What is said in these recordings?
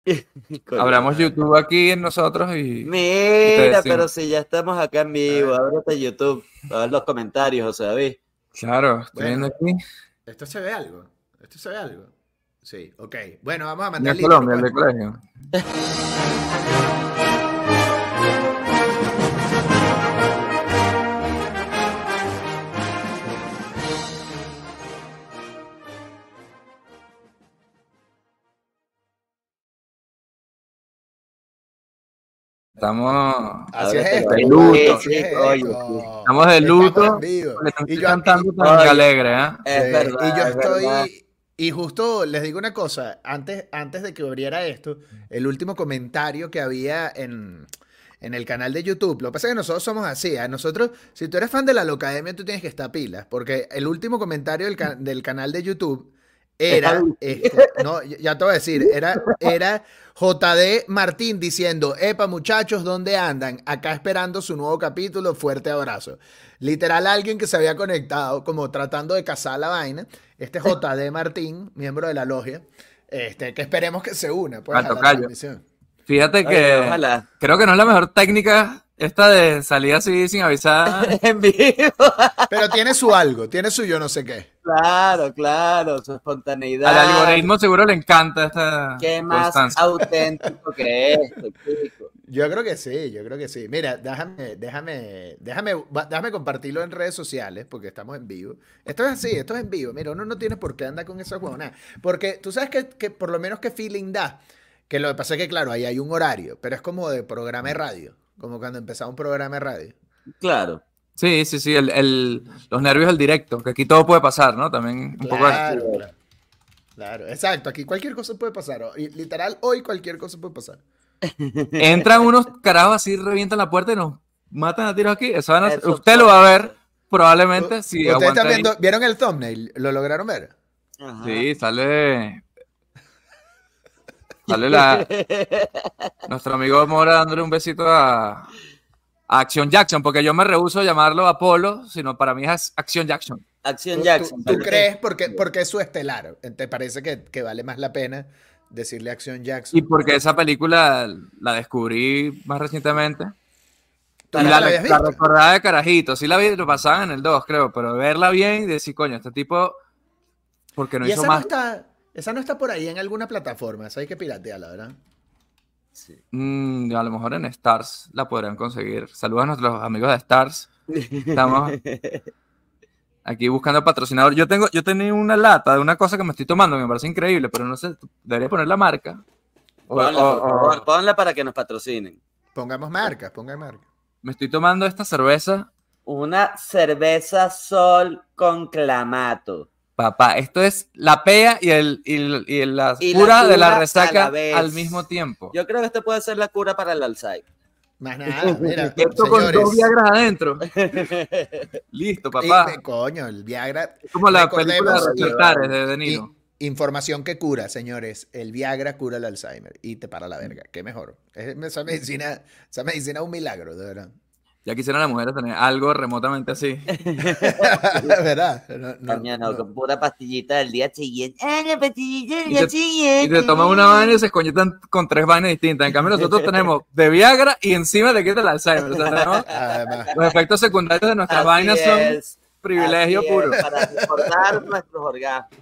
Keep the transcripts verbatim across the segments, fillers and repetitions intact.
Abramos YouTube aquí en nosotros y, y te Mira, pero decimos. si ya estamos acá en vivo, ábrete YouTube, a ver los comentarios, José David. Claro, estoy viendo Bueno, aquí. esto se ve algo. Esto se ve algo. Sí, ok. Bueno, vamos a mandar En el intro, Colombia, el pues. de colegio. Estamos Así es Ábrete esto. de los luto. ojos, Así es chico, oye, esto. sí. Estamos de Estamos luto. en vivo. Porque están Y yo, cantando y- tan Oye, alegre, ¿eh? es Sí, verdad, y yo es verdad. estoy, y justo les digo una cosa, antes, antes de que abriera esto, el último comentario que había en, en el canal de YouTube, lo que pasa es que nosotros somos así, a nosotros, si tú eres fan de la Locademia, tú tienes que estar pilas, porque el último comentario del, ca- del canal de YouTube Era era, Lucy. este, no, ya ya te voy a decir, era, era J D Martín diciendo, epa muchachos, ¿dónde andan? Acá esperando su nuevo capítulo, fuerte abrazo. Literal, alguien que se había conectado, como tratando de cazar la vaina. Este J D Martín, miembro de la logia, este, que esperemos que se una pues, Al a la tocayo. transmisión. Fíjate Oye, que ojalá. creo que no es la mejor técnica esta de salir así sin avisar. En vivo. Pero tiene su algo, tiene su yo no sé qué. Claro, claro, su Al espontaneidad. algoritmo seguro le encanta esta Qué más constancia. auténtico que esto, chico. Yo creo que sí, yo creo que sí. Mira, déjame, déjame, déjame, va- déjame compartirlo en redes sociales porque estamos en vivo. Esto es así, esto es en vivo. Mira, uno no tiene por qué andar con esa huevona. Porque tú sabes que, que por lo menos qué feeling da. Que lo que pasa es que, claro, ahí hay un horario, pero es como de programa de radio. Como cuando empezaba un programa de radio. Claro. Sí, sí, sí, el, el- los nervios del directo, que aquí todo puede pasar, ¿no? También un poco así. Claro, claro. Claro, exacto. Aquí cualquier cosa puede pasar. O- y literal, hoy cualquier cosa puede pasar. Entran unos carajos así, revientan la puerta y nos matan a tiros aquí. Eso van a- Eso usted lo va a puede ver ser. probablemente si Ustedes aguanta están ahí. viendo, ¿vieron el thumbnail? ¿Lo lograron ver? Ajá. Sí, sale. Sale la, nuestro amigo Mora dándole un besito a, a Action Jackson, porque yo me rehúso a llamarlo Apolo, sino para mí es Action Jackson. Acción ¿Tú, Jackson. tú- tú ¿vale? crees porque, porque es su estelar? ¿Te parece que, que vale más la pena decirle Acción Y Jackson? porque esa película la descubrí más recientemente. ¿Tú Y ya la, la habías la visto? recordaba de carajito. Sí la vi, lo pasaban en el dos, creo, pero verla bien y decir, coño, este tipo, porque no Y hizo esa no más. está, esa no está por ahí en alguna plataforma, esa hay que piratearla, ¿verdad? Sí. Mm, a lo mejor en Stars la podrán conseguir. Saludos a nuestros amigos de Stars. Estamos aquí buscando patrocinador. Yo tengo, yo tenía una lata de una cosa que me estoy tomando que me parece increíble, pero no sé, debería poner la marca. O- Ponla, o- por o- favor, ponla para que nos patrocinen. Pongamos marcas, pongan marcas. me estoy tomando esta cerveza. Una cerveza Sol con clamato. Papá, esto es la pea y, el, y, el- y la Y la cura de la cura a resaca la vez. al mismo tiempo. Yo creo que esto puede ser la cura para el Alzheimer. Más nada, mira, Esto con dos señores. Viagras adentro. Listo, Y, papá. eh, coño, el Viagra. Es como la recordemos película de que- Despertares de De i- Niro. información que cura, señores. El Viagra cura el Alzheimer y te para la verga. Qué mejor. Es- Esa medicina, esa medicina es un milagro, de verdad. Ya quisieran las mujeres tener algo remotamente así. ¿Verdad? No, no, Coño, no, no. con pura pastillita del día siguiente. Ah, la pastillita del Y día se, y siguiente. se toman una vaina y se escoñetan con tres vainas distintas. En cambio, nosotros tenemos de Viagra y encima le quita el Alzheimer. O sea, tenemos- Además, los efectos secundarios de nuestras Así vainas son es, privilegio así puro. es, para recordar nuestros orgasmos.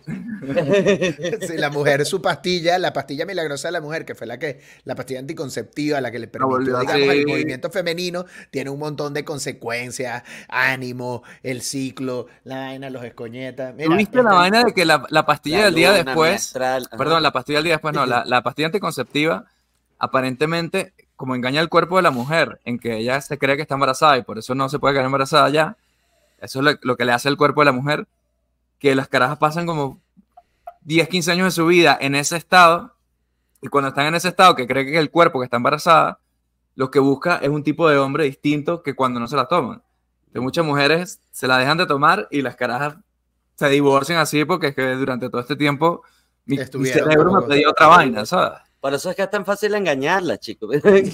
sí, la mujer, su pastilla, la pastilla milagrosa de la mujer, que fue la que, la pastilla anticonceptiva, la que le permitió, volvió digamos, así. al movimiento femenino, tiene un montón de consecuencias, ánimo, el ciclo, la vaina, los escoñetas. Mira, ¿Tuviste la este- vaina de que la, la pastilla La del día luna después, menstrual, ajá. perdón, la pastilla del día después, no, la, la pastilla anticonceptiva, aparentemente, como engaña al cuerpo de la mujer, en que ella se cree que está embarazada y por eso no se puede quedar embarazada ya, eso es lo, lo que le hace al cuerpo de la mujer, que las carajas pasan como diez, quince años de su vida en ese estado, y cuando están en ese estado, que cree que es el cuerpo que está embarazada, lo que busca es un tipo de hombre distinto que cuando no se la toman. Que muchas mujeres se la dejan de tomar y las carajas se divorcian así porque es que durante todo este tiempo mi, mi Estuvieron cerebro me como- pedía otra vaina, ¿sabes? Por eso es que es tan fácil engañarla, chicos.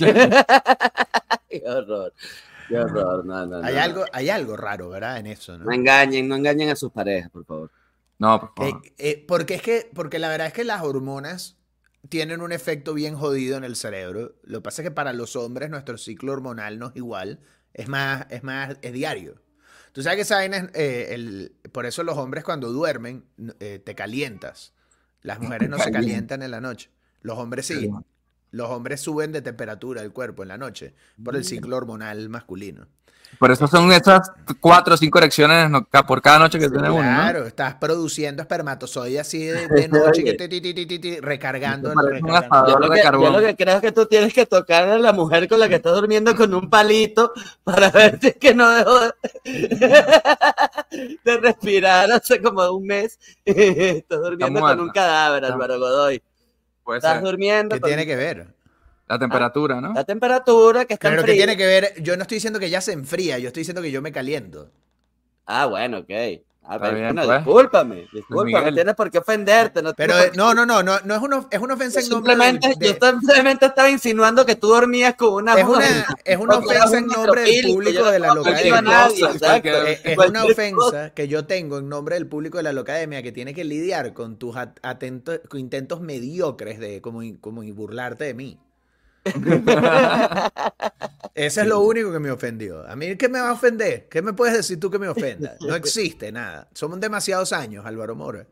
Qué horror. Qué horror. No, no, hay, no, algo, hay algo raro, ¿verdad? En eso, ¿no? no engañen, no engañen a sus parejas, por favor. No, por Eh, favor. eh, porque es que, porque la verdad es que las hormonas tienen un efecto bien jodido en el cerebro. Lo que pasa es que para los hombres nuestro ciclo hormonal no es igual. Es más, es más, es diario. Tú sabes que esa vaina es, eh, el, por eso los hombres cuando duermen eh, te calientas. Las mujeres no se calientan en la noche. Los hombres sí. Los hombres suben de temperatura del cuerpo en la noche por el ciclo hormonal masculino. Por eso son esas cuatro o cinco erecciones no, por cada noche que sí, tiene uno, ¿no? Claro, estás produciendo espermatozoides así de, de noche que te, te, te, te, te, recargando. recargando. Yo, lo que, yo lo que creo es que tú tienes que tocar a la mujer con la que estás durmiendo con un palito para ver si es que no dejó de, de respirar hace como un mes. Estás durmiendo con un cadáver, Álvaro Godoy. Puede estás ser. durmiendo. ¿Qué con... tiene que ver? La temperatura, ¿no? La temperatura que está Pero fría. ¿qué tiene que ver? Yo no estoy diciendo que ya se enfría, yo estoy diciendo que yo me caliento. Ah, bueno, ok. Ah, pero, bien, bueno, pues. discúlpame, discúlpame, Miguel. no tienes por qué ofenderte. No Pero tienes no, no, no, no, no es una, es una ofensa en nombre simplemente, del, de, yo simplemente estaba insinuando que tú dormías con una es mujer. una, es una ofensa en nombre del público de la localidad. Locademia. Es, es una ofensa que yo tengo en nombre del público de la Locademia que tiene que lidiar con tus atentos, con intentos mediocres de como, como burlarte de mí. Eso es lo único que me ofendió. A mí, ¿qué me va a ofender? ¿Qué me puedes decir tú que me ofenda? No existe nada. Somos demasiados años, Álvaro Mora.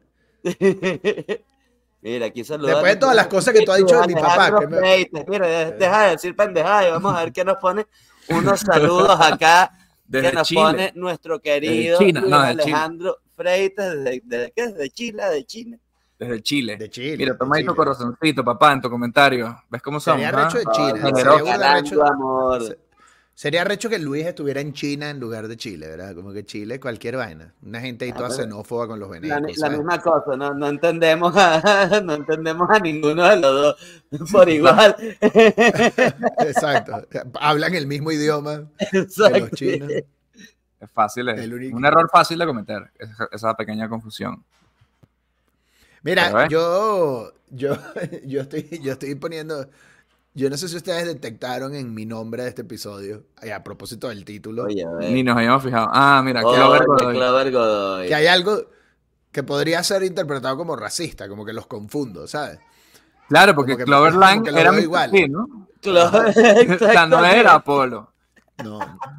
Mira, aquí saludando. Después de todas las cosas que tú has dicho de mi papá. Que me... Mira, deja de decir pendejadas y vamos a ver qué nos pone unos saludos acá. Desde que nos Chile. Pone nuestro querido China, no, Alejandro Freitas. ¿Desde, desde qué? ¿Desde Chile? ¿De Chile? Desde Chile. De Chile. Mira, toma ahí tu corazoncito, papá, en tu comentario. ¿Ves cómo somos? Sería recho de China. Oh, sería, sería, recho, amor. sería recho que Luis estuviera en China en lugar de Chile, ¿verdad? Como que Chile, cualquier vaina. Una gente ahí toda ah, xenófoba con los venecos. La, la misma cosa, no, no, entendemos a, no entendemos a ninguno de los dos por igual. Exacto. Hablan el mismo idioma Exacto. que los chinos. Es fácil, es un error fácil de cometer, esa, esa pequeña confusión. Mira, yo, yo, yo, estoy, yo estoy poniendo, yo no sé si ustedes detectaron en mi nombre de este episodio, a propósito del título. Oye, ni nos habíamos fijado. Ah, mira, oh, Clover Godoy. Clover Godoy. Que hay algo que podría ser interpretado como racista, como que los confundo, ¿sabes? Claro, porque Clover Lang era igual, sí, ¿no? Clover, o sea, no era Apolo. No.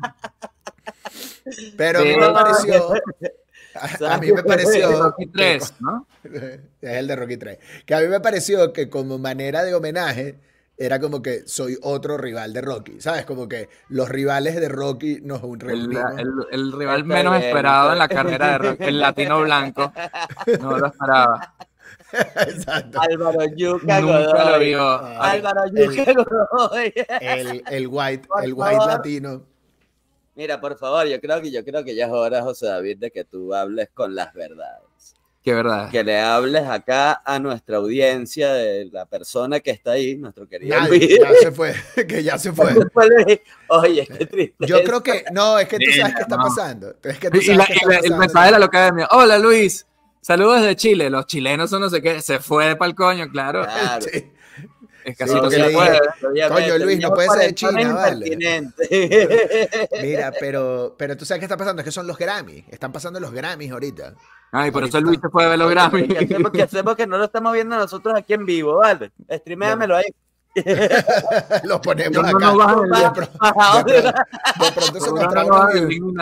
Pero a mí me pareció... A, a mí me pareció... Rocky tres, ¿no? Es el de Rocky tres. Que a mí me pareció que como manera de homenaje era como que soy otro rival de Rocky, ¿sabes? Como que los rivales de Rocky nos reunimos. El, el, el rival está menos bien, esperado en la carrera de Rocky, el latino blanco. No lo esperaba. Exacto. Álvaro Yuca Nunca Godoy. lo vio. Álvaro Yuca Godoy. El, el white, el white latino. Mira, por favor, yo creo que yo creo que ya es hora, José David, de que tú hables con las verdades. ¿Qué verdad? Que le hables acá a nuestra audiencia de la persona que está ahí, nuestro querido Nadie, Luis. Ya se fue, que ya se fue. Oye, qué triste. Yo creo que, no, es que tú sabes qué está no. pasando. Es que tú sabes y la, qué y está la, pasando. El mensaje de la Locademia. Hola, Luis. Saludos de Chile. Los chilenos son no sé qué. Se fue para el coño, claro. Claro. Sí. Es casi Sí, no que se le puede. dije, coño, Luis, no puede ser de China, vale. Mira, pero, pero tú sabes qué está pasando, es que son los Grammys. Están pasando los Grammys ahorita. Ay, por ahorita eso Luis se fue a ver los Grammys. ¿Qué hacemos, ¿Qué hacemos que no lo estamos viendo nosotros aquí en vivo, vale? Streaméamelo ahí. Los ponemos no, acá. No, no, de, pro, de, pro, de pronto eso nos trae una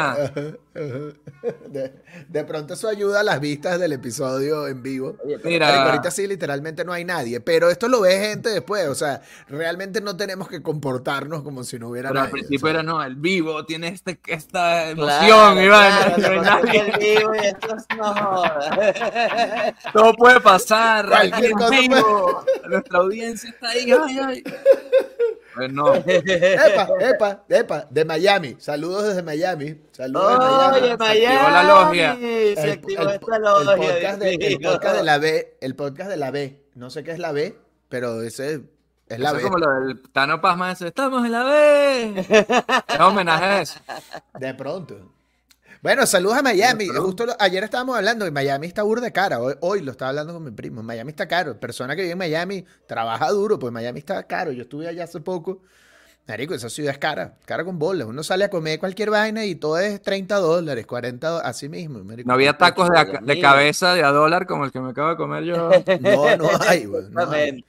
de, de pronto eso ayuda a las vistas del episodio en vivo. Oye, mira, ahorita sí literalmente no hay nadie, pero esto lo ve gente después, o sea, realmente no tenemos que comportarnos como si no hubiera pero nadie. Al principio o sea. era no, el vivo tiene este, esta emoción, claro, Iván. Claro, no nadie. el vivo y esto es no. Todo puede pasar. Cualquier cosa vivo. Nuestra audiencia está ahí. Ay, ay. Pues no. Epa, epa, epa, de Miami. Saludos desde Miami. Saludos oh, desde Miami. Se activó la logia. Se el, activó el, esta logia. El podcast, de, el podcast de la B. El podcast de la B. No sé qué es la B, pero ese es la eso B. Es como lo del Tano Pasma ese. Estamos en la B. Es homenaje a eso. De pronto. Bueno, saludos a Miami. Justo lo, ayer estábamos hablando de Miami está burda de cara. Hoy, hoy lo estaba hablando con mi primo. Miami está caro. Persona que vive en Miami trabaja duro, pues Miami está caro. Yo estuve allá hace poco. Marico, esa ciudad es cara. Cara con bolas. Uno sale a comer cualquier vaina y todo es treinta dólares, cuarenta dólares, así mismo. Marico. No había tacos de, de cabeza de a dólar como el que me acabo de comer yo. No, no hay, güey. No hay.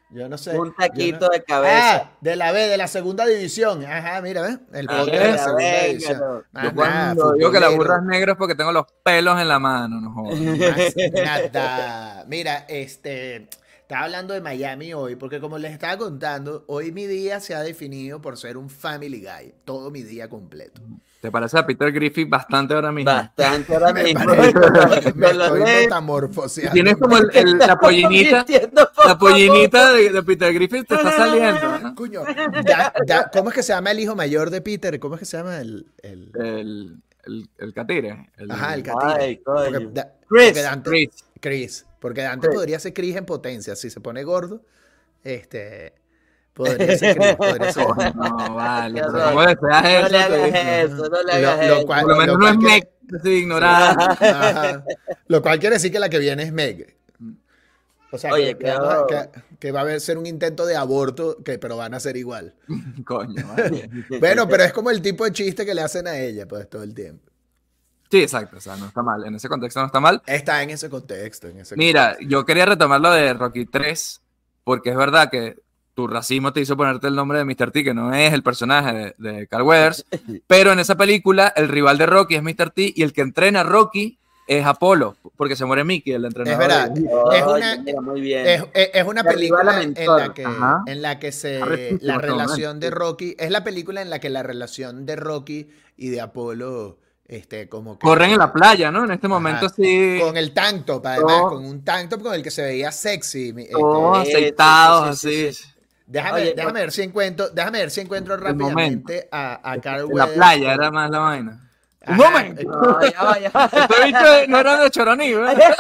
Yo no sé. Un taquito yo no... de cabeza. Ah, de la B, de la segunda división. Ajá, mira, ¿ves? El Ah, podcast de la venga, segunda venga, división. no. Más Yo nada, cuando digo que la futbolero. burra es negra es porque tengo los pelos en la mano, no jodas. Más nada. Mira, este, estaba hablando de Miami hoy, porque como les estaba contando, hoy mi día se ha definido por ser un Family Guy. Todo mi día completo. ¿Te parece a Peter Griffith bastante ahora mismo? Bastante ahora Me, mismo. parece- me Con los estoy lentes. metamorfoseando. Tienes como el, el- la pollinita, Convirtiendo poco la a pollinita de, de Peter Griffith te está saliendo, ¿no? Coño, da- da- ¿cómo es que se llama el hijo mayor de Peter? ¿Cómo es que se llama el...? el... El, el, el catire. El, Ajá, el poco. Ay, catire. Porque, coño. da- Chris. porque Dante, Chris. Chris. Porque Dante Chris. podría ser Chris en potencia. Si se pone gordo, este... Podría ser Chris, podría ser. No, vale. Qué o sea, horror. ¿cómo deseas No eso? le hagas Te- eso, no le hagas Lo- lo eso. cual- Por lo menos lo no es cual quiere- Meg, así, ignorada. Ajá. Lo cual quiere decir que la que viene es Meg. O sea, Oye, que, que vamos a- claro. que- que va a haber- ser un intento de aborto, que, pero van a ser igual. Coño, vale. Bueno, pero es como el tipo de chiste que le hacen a ella, pues, todo el tiempo. Sí, exacto. O sea, no está mal. En ese contexto no está mal. Está en ese contexto. En ese Mira, yo quería retomar lo de Rocky tres, porque es verdad que tu racismo te hizo ponerte el nombre de mister T, que no es el personaje de, de Carl Weathers, pero en esa película el rival de Rocky es mister T y el que entrena a Rocky es Apolo, porque se muere Mickey, el entrenador. Es verdad. de- Es Oye, una- mira, muy bien. Es, es- es una Derriba película la en mentor. la que, Ajá. en la que se Arrechísimo la ese relación momento. de Rocky es la película en la que la relación de Rocky y de Apolo este como que Corren en la playa, ¿no? En este momento Ajá. sí, con el tank top, además Todo- con un tank top con el que se veía sexy. mi- este, todos sí, aceitados, sí, sí, así. déjame, Oye, déjame ver si encuentro, déjame ver si encuentro rápidamente a, a Carl En la Weathers. playa era más la vaina. Ajá. ¡Un momento! No, ya va, ya va. Este bicho no era de Choroní, ¿verdad?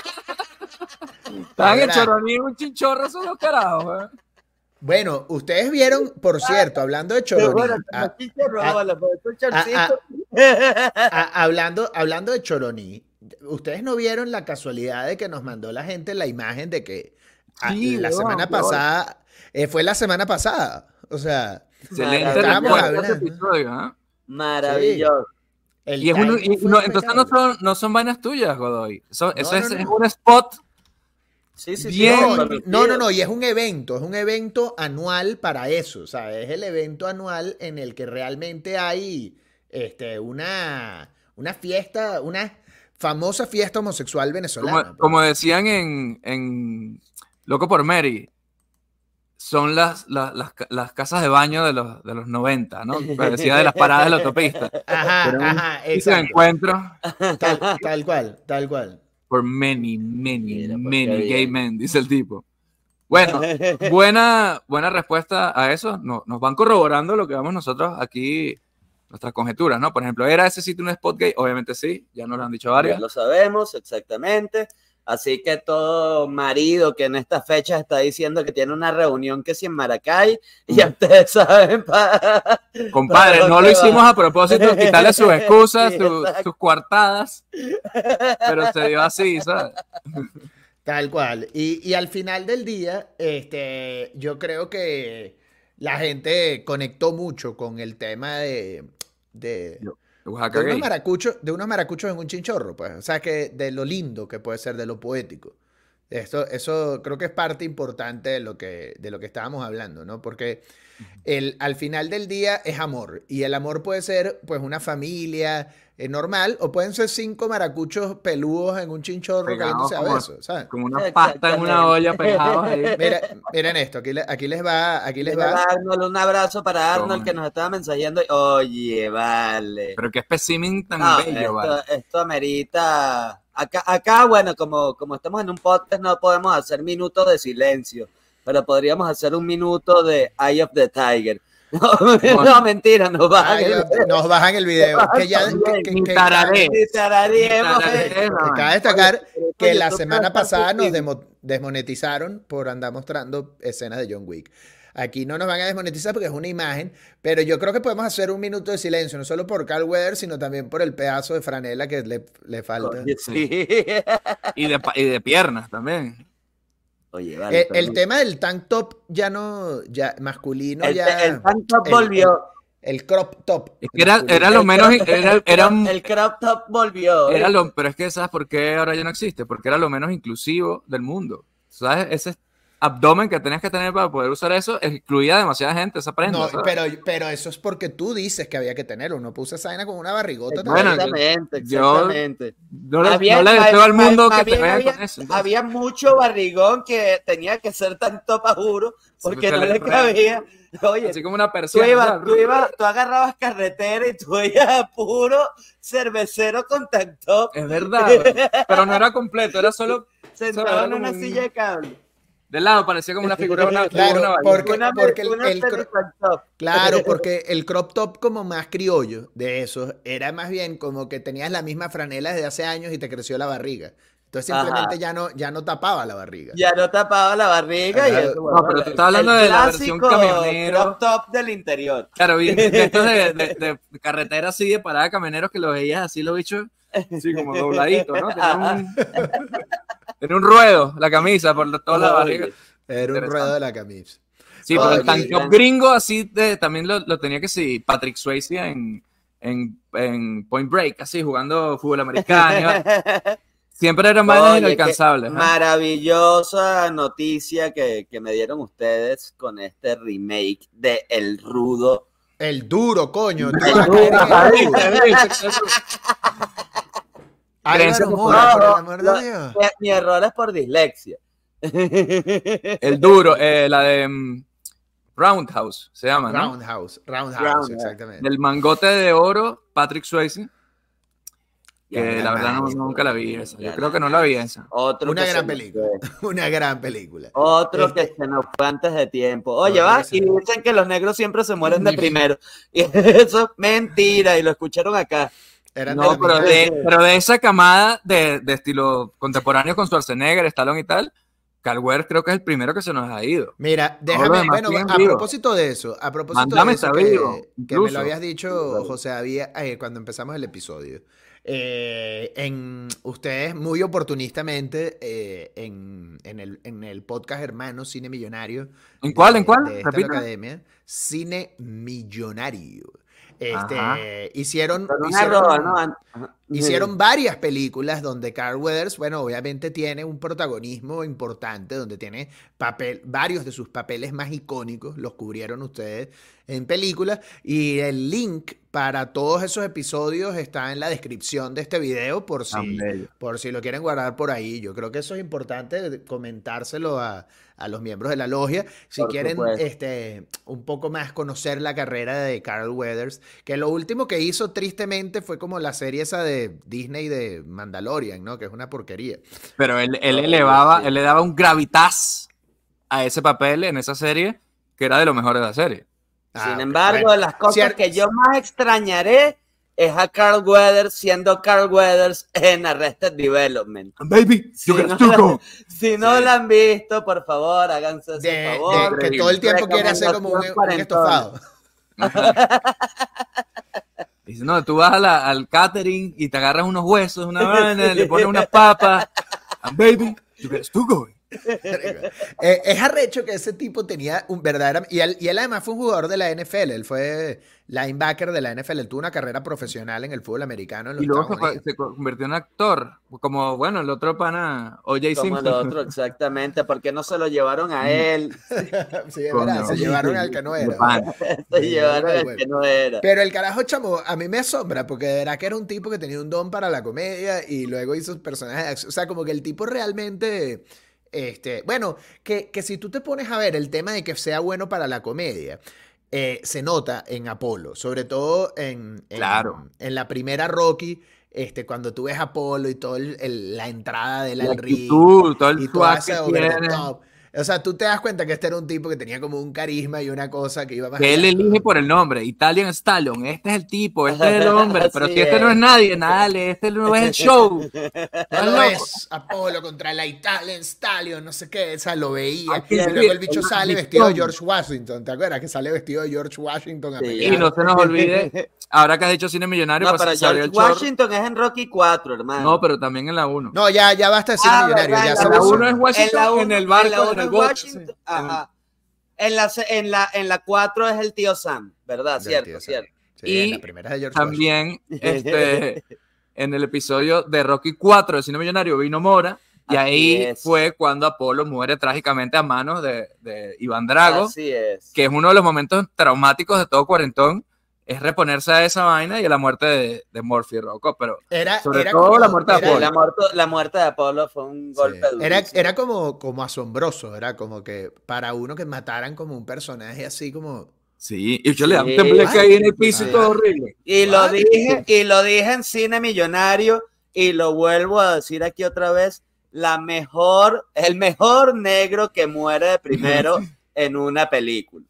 Estaban en Mira. Choroní un chinchorro esos dos carajos, ¿verdad? Bueno, ustedes vieron, por cierto, hablando de Pero Choroní, bueno, ah, como chiste rola, pues, un ah, chorcito. ah, hablando, hablando de Choroní, ¿ustedes no vieron la casualidad de que nos mandó la gente la imagen de que ah, Sí, la weón, semana qué bueno. pasada, eh, fue la semana pasada? O sea, Excelente Estábamos recuerdo ese hablando. episodio, ¿ah? Maravilloso. el Y es uno- timing y fue no, entonces no impecable. son, no son vainas tuyas, Godoy. Eso, eso No, es, no, no. es un spot. Sí, sí, sí. Bien. No, permitido. no, no, no, y es un evento, es un evento anual para eso, ¿sabes? Es el evento anual en el que realmente hay este, una, una fiesta, una famosa fiesta homosexual venezolana. Como, como decían en, en Loco por Mary, son las, las, las, las casas de baño de los, de los noventa, ¿no? Decía de las paradas de la autopista. Ajá, Pero un ajá, sitio de exacto. encuentro Tal, tal cual, tal cual. for many, many, Mira, pues, many qué gay bien. men, dice el tipo. Bueno, buena, buena respuesta a eso. Nos, nos van corroborando lo que vamos nosotros aquí, nuestras conjeturas, ¿no? Por ejemplo, ¿era ese sitio un spot gay? Obviamente sí, ya nos lo han dicho Ya varias. lo sabemos, exactamente. Así que todo marido que en estas fechas está diciendo que tiene una reunión que si en Maracay, ya ustedes saben. Pa... Compadre, ¿Para no dónde lo hicimos va? a propósito, quitarle sus excusas, Sí, su- exacto. sus coartadas, pero se dio así, ¿sabes? Tal cual. Y, y al final del día, este, yo creo que la gente conectó mucho con el tema de, de, Yo, de Oaxaca unos gay. maracuchos, de unos maracuchos en un chinchorro, pues. O sea, que de lo lindo que puede ser, de lo poético. Esto, eso creo que es parte importante de lo que, de lo que estábamos hablando, ¿no? Porque el, al final del día es amor. Y el amor puede ser, pues, una familia eh, normal, o pueden ser cinco maracuchos peludos en un chinchorro Pegados cayéndose a como- besos, ¿sabes? Como una pasta en una olla pegados ahí. Mira, miren esto, aquí, le- aquí les va, aquí les Mira, va. Arnold, un abrazo para Arnold Toma. que nos estaba mensajeando. Oye, vale. Pero qué espécimen tan No, bello, esto, ¿vale? esto amerita. Acá, acá, bueno, como, como estamos en un podcast, no podemos hacer minutos de silencio, pero podríamos hacer un minuto de Eye of the Tiger. No, no, mentira, nos bajan Ay, el nos bajan el video. Que ya, que, que- Ni que- tararé. Sí, tarareemos. Ni tararé, no. que cabe destacar que la YouTube semana está pasada nos contigo. demo- desmonetizaron por andar mostrando escenas de John Wick. Aquí no nos van a desmonetizar porque es una imagen, pero yo creo que podemos hacer un minuto de silencio, no solo por Carl Weathers, sino también por el pedazo de franela que le, le falta. Oye, sí. Y de, pa- y de piernas también. Oye, vale. Eh, el perdón. tema del tank top ya no, ya masculino, El, ya. el tank top el- volvió. El crop top. Es que era, masculino. era lo El menos, crop- era, el era, crop- el crop top volvió. era lo, pero es que ¿sabes por qué ahora ya no existe? Porque era lo menos inclusivo del mundo. ¿Sabes? Ese, abdomen que tenías que tener para poder usar eso, excluía a demasiada gente esa prenda. No, ¿sabes? pero, pero eso es porque tú dices que había que tenerlo. Uno puso esa vaina con una barrigota. Bueno, Exactamente, yo- exactamente. No le, Había- no le ma- deseo al ma- mundo más que te bien vean había, con eso. entonces. había mucho barrigón que tenía que ser tan topa, juro, porque porque no le- le cabía. Oye, Así como una tú, persona. ibas, tú, ibas, tú agarrabas carretera y tú ibas a puro cervecero con tank top, Es verdad, güey. Pero no era completo, era solo sentado era en una como un- silla de cable. de lado, parecía como una figura de una, Claro, de una ballena. porque- Una, porque el- una el semi cro- tank top. Claro, porque el crop top como más criollo de esos era más bien como que tenías la misma franela desde hace años y te creció la barriga. Entonces simplemente ya no, ya no tapaba la barriga. Ya no tapaba la barriga y Ajá. eso. No, bueno, pero tú el- estás hablando el de la versión clásico camionero. crop top del interior. Claro, bien, de estos de, de, de carretera así, de parada de camioneros que lo veías así, los bichos, así como dobladito, ¿no? Tenía un, tenía un ruedo la camisa por toda la barriga. Oye, Era un Interesante. ruedo de la camisa. Sí, pero el Oye, tank top gran- gringo así de, también lo, lo tenía que sí, Patrick Swayze en, en, en Point Break, así jugando fútbol americano. Siempre eran vainas Oye, inalcanzables. qué ¿eh? maravillosa noticia que, que me dieron ustedes con este remake de El Rudo. El duro, coño. Tú El vas a duro, caer en el ajá, duro. viste, viste. Creencia Álvaro popular. Mora, por el No, amor no, de Dios. Mi, mi error es por dislexia. El duro, eh, la de mm, Roundhouse, se llama, ¿no? Roundhouse. Roundhouse, Roundhouse. exactamente. Del mangote de oro, Patrick Swayze, que Ya, la verdad no- madre, nunca la vi esa. Yo ya, creo que no la vi esa. Otro Una que gran se me película. fue. Una gran película. Otro Este- que se nos fue antes de tiempo. Oye, Otro va, que se y nos- dicen que los negros siempre se mueren de primero. Y eso es mentira, y lo escucharon acá. Eran de No, la pero misma- de, pero de esa camada de, de estilo contemporáneo con Schwarzenegger, Stallone y tal, Carl Weathers creo que es el primero que se nos ha ido. Mira, Todos los déjame, demás bueno, siguen a vivos. propósito de eso, a propósito Mandame de eso está que, vivo, que me incluso. lo habías dicho, José, había, eh, cuando empezamos el episodio, eh, en ustedes muy oportunistamente eh, en, en el, en el podcast hermano Cine Millonario. ¿En cuál? de- ¿En cuál? De esta Repite. academia, Cine Millonario. Ajá. Este, hicieron, Con una hicieron, roba, ¿no? Ajá. Hicieron varias películas donde Carl Weathers, bueno, obviamente tiene un protagonismo importante, donde tiene papel, varios de sus papeles más icónicos, los cubrieron ustedes en películas, y el link para todos esos episodios está en la descripción de este video por Tan si, bello. por si lo quieren guardar por ahí. Yo creo que eso es importante comentárselo a, a los miembros de la logia, si Por quieren supuesto. este, un poco más conocer la carrera de Carl Weathers, que lo último que hizo tristemente fue como la serie esa de Disney de Mandalorian, ¿no? Que es una porquería. Pero él, él No, elevaba, sí. él le daba un gravitas a ese papel en esa serie, que era de lo mejor de la serie. Ah, Sin ok, embargo, bueno. de las cosas Cier- que yo más extrañaré es a Carl Weathers siendo Carl Weathers en Arrested Development. Baby, Si you no, got to go. si no Sí. la han visto, por favor, háganse ese De, de favor. que todo el tiempo quiere hacer como un, un Recomendación estofado. Dice, no, tú vas a la- al catering y te agarras unos huesos, una vaina, le pones unas papas. And baby, you got to go. Eh, es arrecho que ese tipo tenía un verdadero... Y él, y él además fue un jugador de la N F L, él fue linebacker de la N F L, él tuvo una carrera profesional en el fútbol americano en los Y luego se, Estados fue- Unidos. se convirtió en actor, como, bueno, el otro pana, O J. Como Simpson. el otro, exactamente. ¿Por qué no se lo llevaron a él? Sí, es Coño. verdad, se llevaron al que no De era. pana. Se llevaron al Bueno. que no era. Pero el carajo, chamo, a mí me asombra porque de verdad que era un tipo que tenía un don para la comedia y luego hizo personajes de acción. O sea, como que el tipo realmente, este, bueno, que, que si tú te pones a ver el tema de que sea bueno para la comedia, eh, se nota en Apolo, sobre todo en, en, Claro. en la primera Rocky, este, cuando tú ves a Apolo y toda la entrada de él La al ring actitud, todo el y toda swag que esa over the tiene. top. O sea, tú te das cuenta que este era un tipo que tenía como un carisma y una cosa que iba más Que él allá. elige por el nombre, Italian Stallion, este es el tipo, este es el hombre, pero Así si este no es. es nadie, dale, este no es el show. Ya Estás lo loco. ves, Apolo contra la Italian Stallion, no sé qué, o sea, lo veía. Hay Y que luego ver, el bicho el sale Big vestido de Tom. George Washington, ¿te acuerdas? Que sale vestido de George Washington a Sí. pelear. Y no se nos olvide, ahora que has dicho cine millonario, No, pues pero se abrió George el chorro. Washington es en Rocky cuatro, hermano. No, pero también en la uno. No, ya, ya basta de cine Ah, millonario, verdad, ya en se la la pasó. uno es Washington la uno- en el barco, la en uno el es bote. Washington, sí. ajá. En la, se- en la en la cuatro es el tío Sam, ¿verdad? Del Cierto, tío Sam. cierto. Sí, Y en la primera es de George Washington. También, este, en el episodio de Rocky cuatro de Cine Millonario vino Mora Y Así ahí es. fue cuando Apolo muere trágicamente a manos de, de Iván Drago, Así es. que es uno de los momentos traumáticos de todo cuarentón, es reponerse a esa vaina y a la muerte de, de Murphy y Robocop, pero Era, sobre era todo como- la muerte de era- Apolo. La muerte, la muerte de Apolo fue un Sí. golpe Era, durísimo. era como, como asombroso, era como que para uno que mataran como un personaje así como... Sí, y yo le da un Sí. tembleque ahí en el piso y Sí. todo horrible. Y lo What? dije, y lo dije en Cine Millonario, y lo vuelvo a decir aquí otra vez, la mejor, el mejor negro que muere de primero en una película.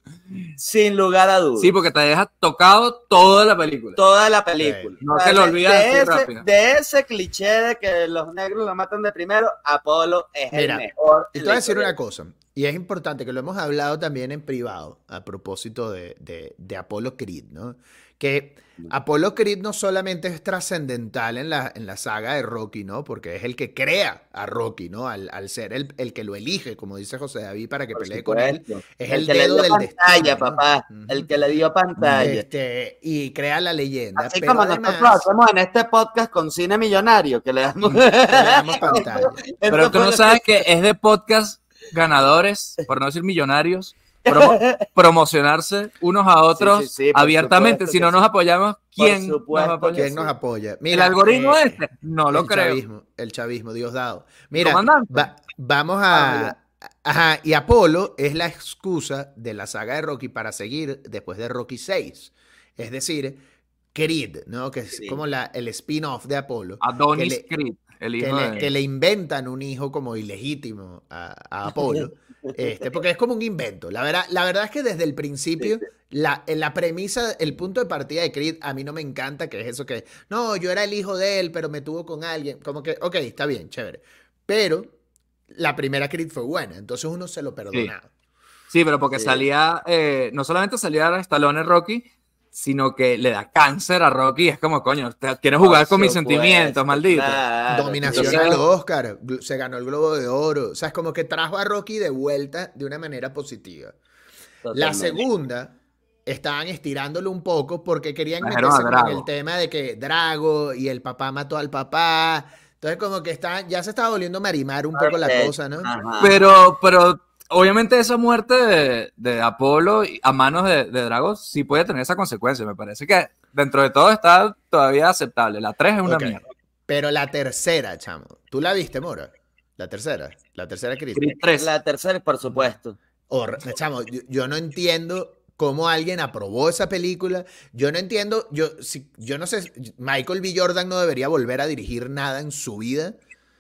Sin lugar a dudas. Sí, porque te deja tocado toda la película. Toda la película. Sí. No O sea, te lo de- olvidas de, así ese, rápido. de ese cliché de que los negros lo matan de primero, Apolo es Mira, el mejor. Y en te voy a la decir historia. una cosa, y es importante que lo hemos hablado también en privado a propósito de, de, de Apollo Creed, ¿no? Que Apollo Creed no solamente es trascendental en la, en la saga de Rocky, ¿no? Porque es el que crea a Rocky, ¿no? Al, al ser el, el que lo elige, como dice José David, para que Por pelee con él. supuesto. Es el el que le dedo dio del pantalla, destino, ¿no? papá. Ujú. El que le dio pantalla. Este, y crea la leyenda. Así pero como además, nosotros hacemos en este podcast con Cine Millonario, que le damos, que le damos pantalla. Pero Esto tú fue no lo sabes que es de podcast ganadores, por no decir millonarios, promo- promocionarse unos a otros Sí, sí, sí, por abiertamente. supuesto Si que no nos sí. apoyamos, ¿quién nos supuesto va a apoyar? que ¿Quién nos sí. apoya? ¿El Mira, algoritmo eh, este? No lo el creo. chavismo, el chavismo, Dios dado. Mira, Comandante. va- vamos Ah, a... Ajá, y Apolo es la excusa de la saga de Rocky para seguir después de Rocky seis. Es decir, Creed, ¿no? Que es Creed. como la, el spin-off de Apolo. Adonis que le- Creed, el que hijo le, de... que le inventan un hijo como ilegítimo a, a Apolo, este, porque es como un invento. La verdad, la verdad es que desde el principio, Sí, la, en la premisa, el punto de partida de Creed, a mí no me encanta, que es eso que, no, yo era el hijo de él, pero me tuvo con alguien. Como que, ok, está bien, chévere. Pero la primera Creed fue buena, entonces uno se lo perdonaba. Sí, pero porque Sí. salía, eh, no solamente salía Stallone Rocky, sino que le da cáncer a Rocky. Es como, coño, te- quieres jugar Por con mis supuesto, sentimientos, maldito. claro. Dominación Entonces- al Oscar, gl- se ganó el Globo de Oro. O sea, es como que trajo a Rocky de vuelta de una manera positiva. La Totalmente. segunda, estaban estirándolo un poco porque querían Trajeron meterse a como en Drago. el tema de que Drago y el papá mató al papá. Entonces, como que está, ya se estaba volviendo marimar un poco la Perfecto. cosa, ¿no? Ajá. Pero, pero obviamente esa muerte de, de Apolo a manos de, de Drago sí puede tener esa consecuencia. Me parece que dentro de todo está todavía aceptable. La tres es una Ok. mierda. Pero la tercera, chamo. ¿Tú la viste, Mora? La tercera. La tercera Creed. Creed tres. La tercera, por supuesto. Hor- chamo, yo, yo no entiendo cómo alguien aprobó esa película. Yo no entiendo, yo, si, yo no sé, Michael B. Jordan no debería volver a dirigir nada en su vida.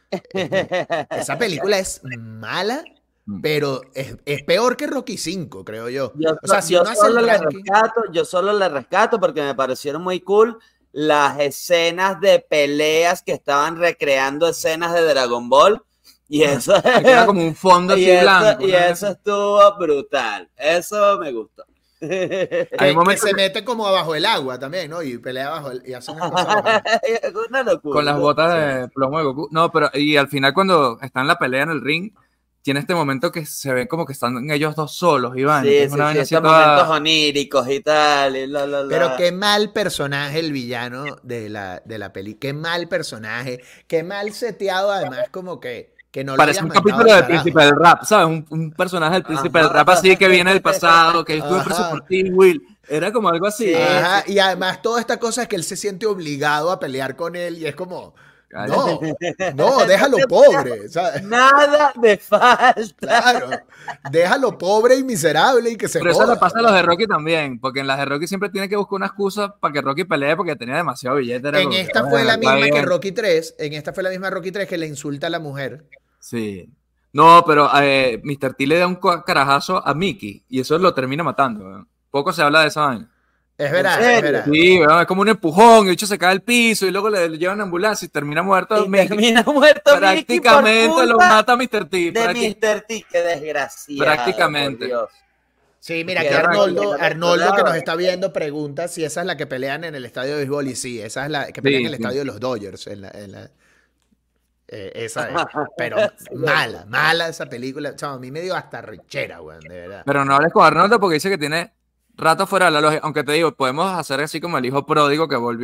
Esa película es mala, pero es, es peor que Rocky cinco, creo yo. Yo, O sea, si yo uno hace solo el le ranking- rescato, yo solo le rescato porque me parecieron muy cool las escenas de peleas que estaban recreando escenas de Dragon Ball y eso, Que era como un fondo y así eso, blanco. y ¿no? eso estuvo brutal. Eso me gustó. Hay que, que momentos se mete como abajo el agua también, ¿no? Y pelea abajo el- y hace unas cosas bajo el- Una locura. con las botas de plomo de Goku. No, pero y al final cuando está en la pelea en el ring, tiene este momento que se ven como que están ellos dos solos, Iván. Sí, que es sí, una sí, vaina así estos toda- momentos oníricos y tal. Y la, la, la. Pero qué mal personaje el villano de la, de la peli. Qué mal personaje. Qué mal seteado, además, como que, que no lo Parece hayas un mandado capítulo al del carajo. Príncipe del Rap, ¿sabes? Un, un personaje del Príncipe Ajá. del Rap así que viene del pasado, que estuve Ajá. preso por ti, Will. Era como algo así. Sí. Ajá, y además toda esta cosa es que él se siente obligado a pelear con él y es como, no, no, déjalo pobre, ¿sabes? Nada de falta. Claro, déjalo pobre y miserable y que se Pero eso joda. le pasa a los de Rocky también, porque en las de Rocky siempre tiene que buscar una excusa para que Rocky pelee porque tenía demasiado billete. Era En como que, esta fue bueno, la está misma que bien. Rocky tres, en esta fue la misma Rocky tres que le insulta a la mujer. Sí. No, pero eh, mister T le da un co- carajazo a Mickey y eso lo termina matando. ¿no? Poco se habla de esa vaina. Es verdad, serio? es verdad. Sí, ¿verdad? Es como un empujón, y el bicho se cae al piso y luego le, le llevan a ambulancia y termina muerto. Y Mickey. termina muerto Mickey Prácticamente por lo culpa mata mister T. de prácti- mister T, qué desgraciado. Prácticamente. por Dios. Sí, mira, Que que era Arnoldo, Rocky, Arnoldo que claro. nos está viendo pregunta si esa es la que pelean en el estadio de béisbol y sí, esa es la que pelean Sí, en el sí. estadio de los Dodgers. En la, en la- eh, esa es. Pero mala, mala esa película. Chamo, a mí me dio hasta rechera, weón, de verdad. Pero no hables con Arnoldo porque dice que tiene rato fuera de la lógica. Aunque te digo, podemos hacer así como el hijo pródigo que volvió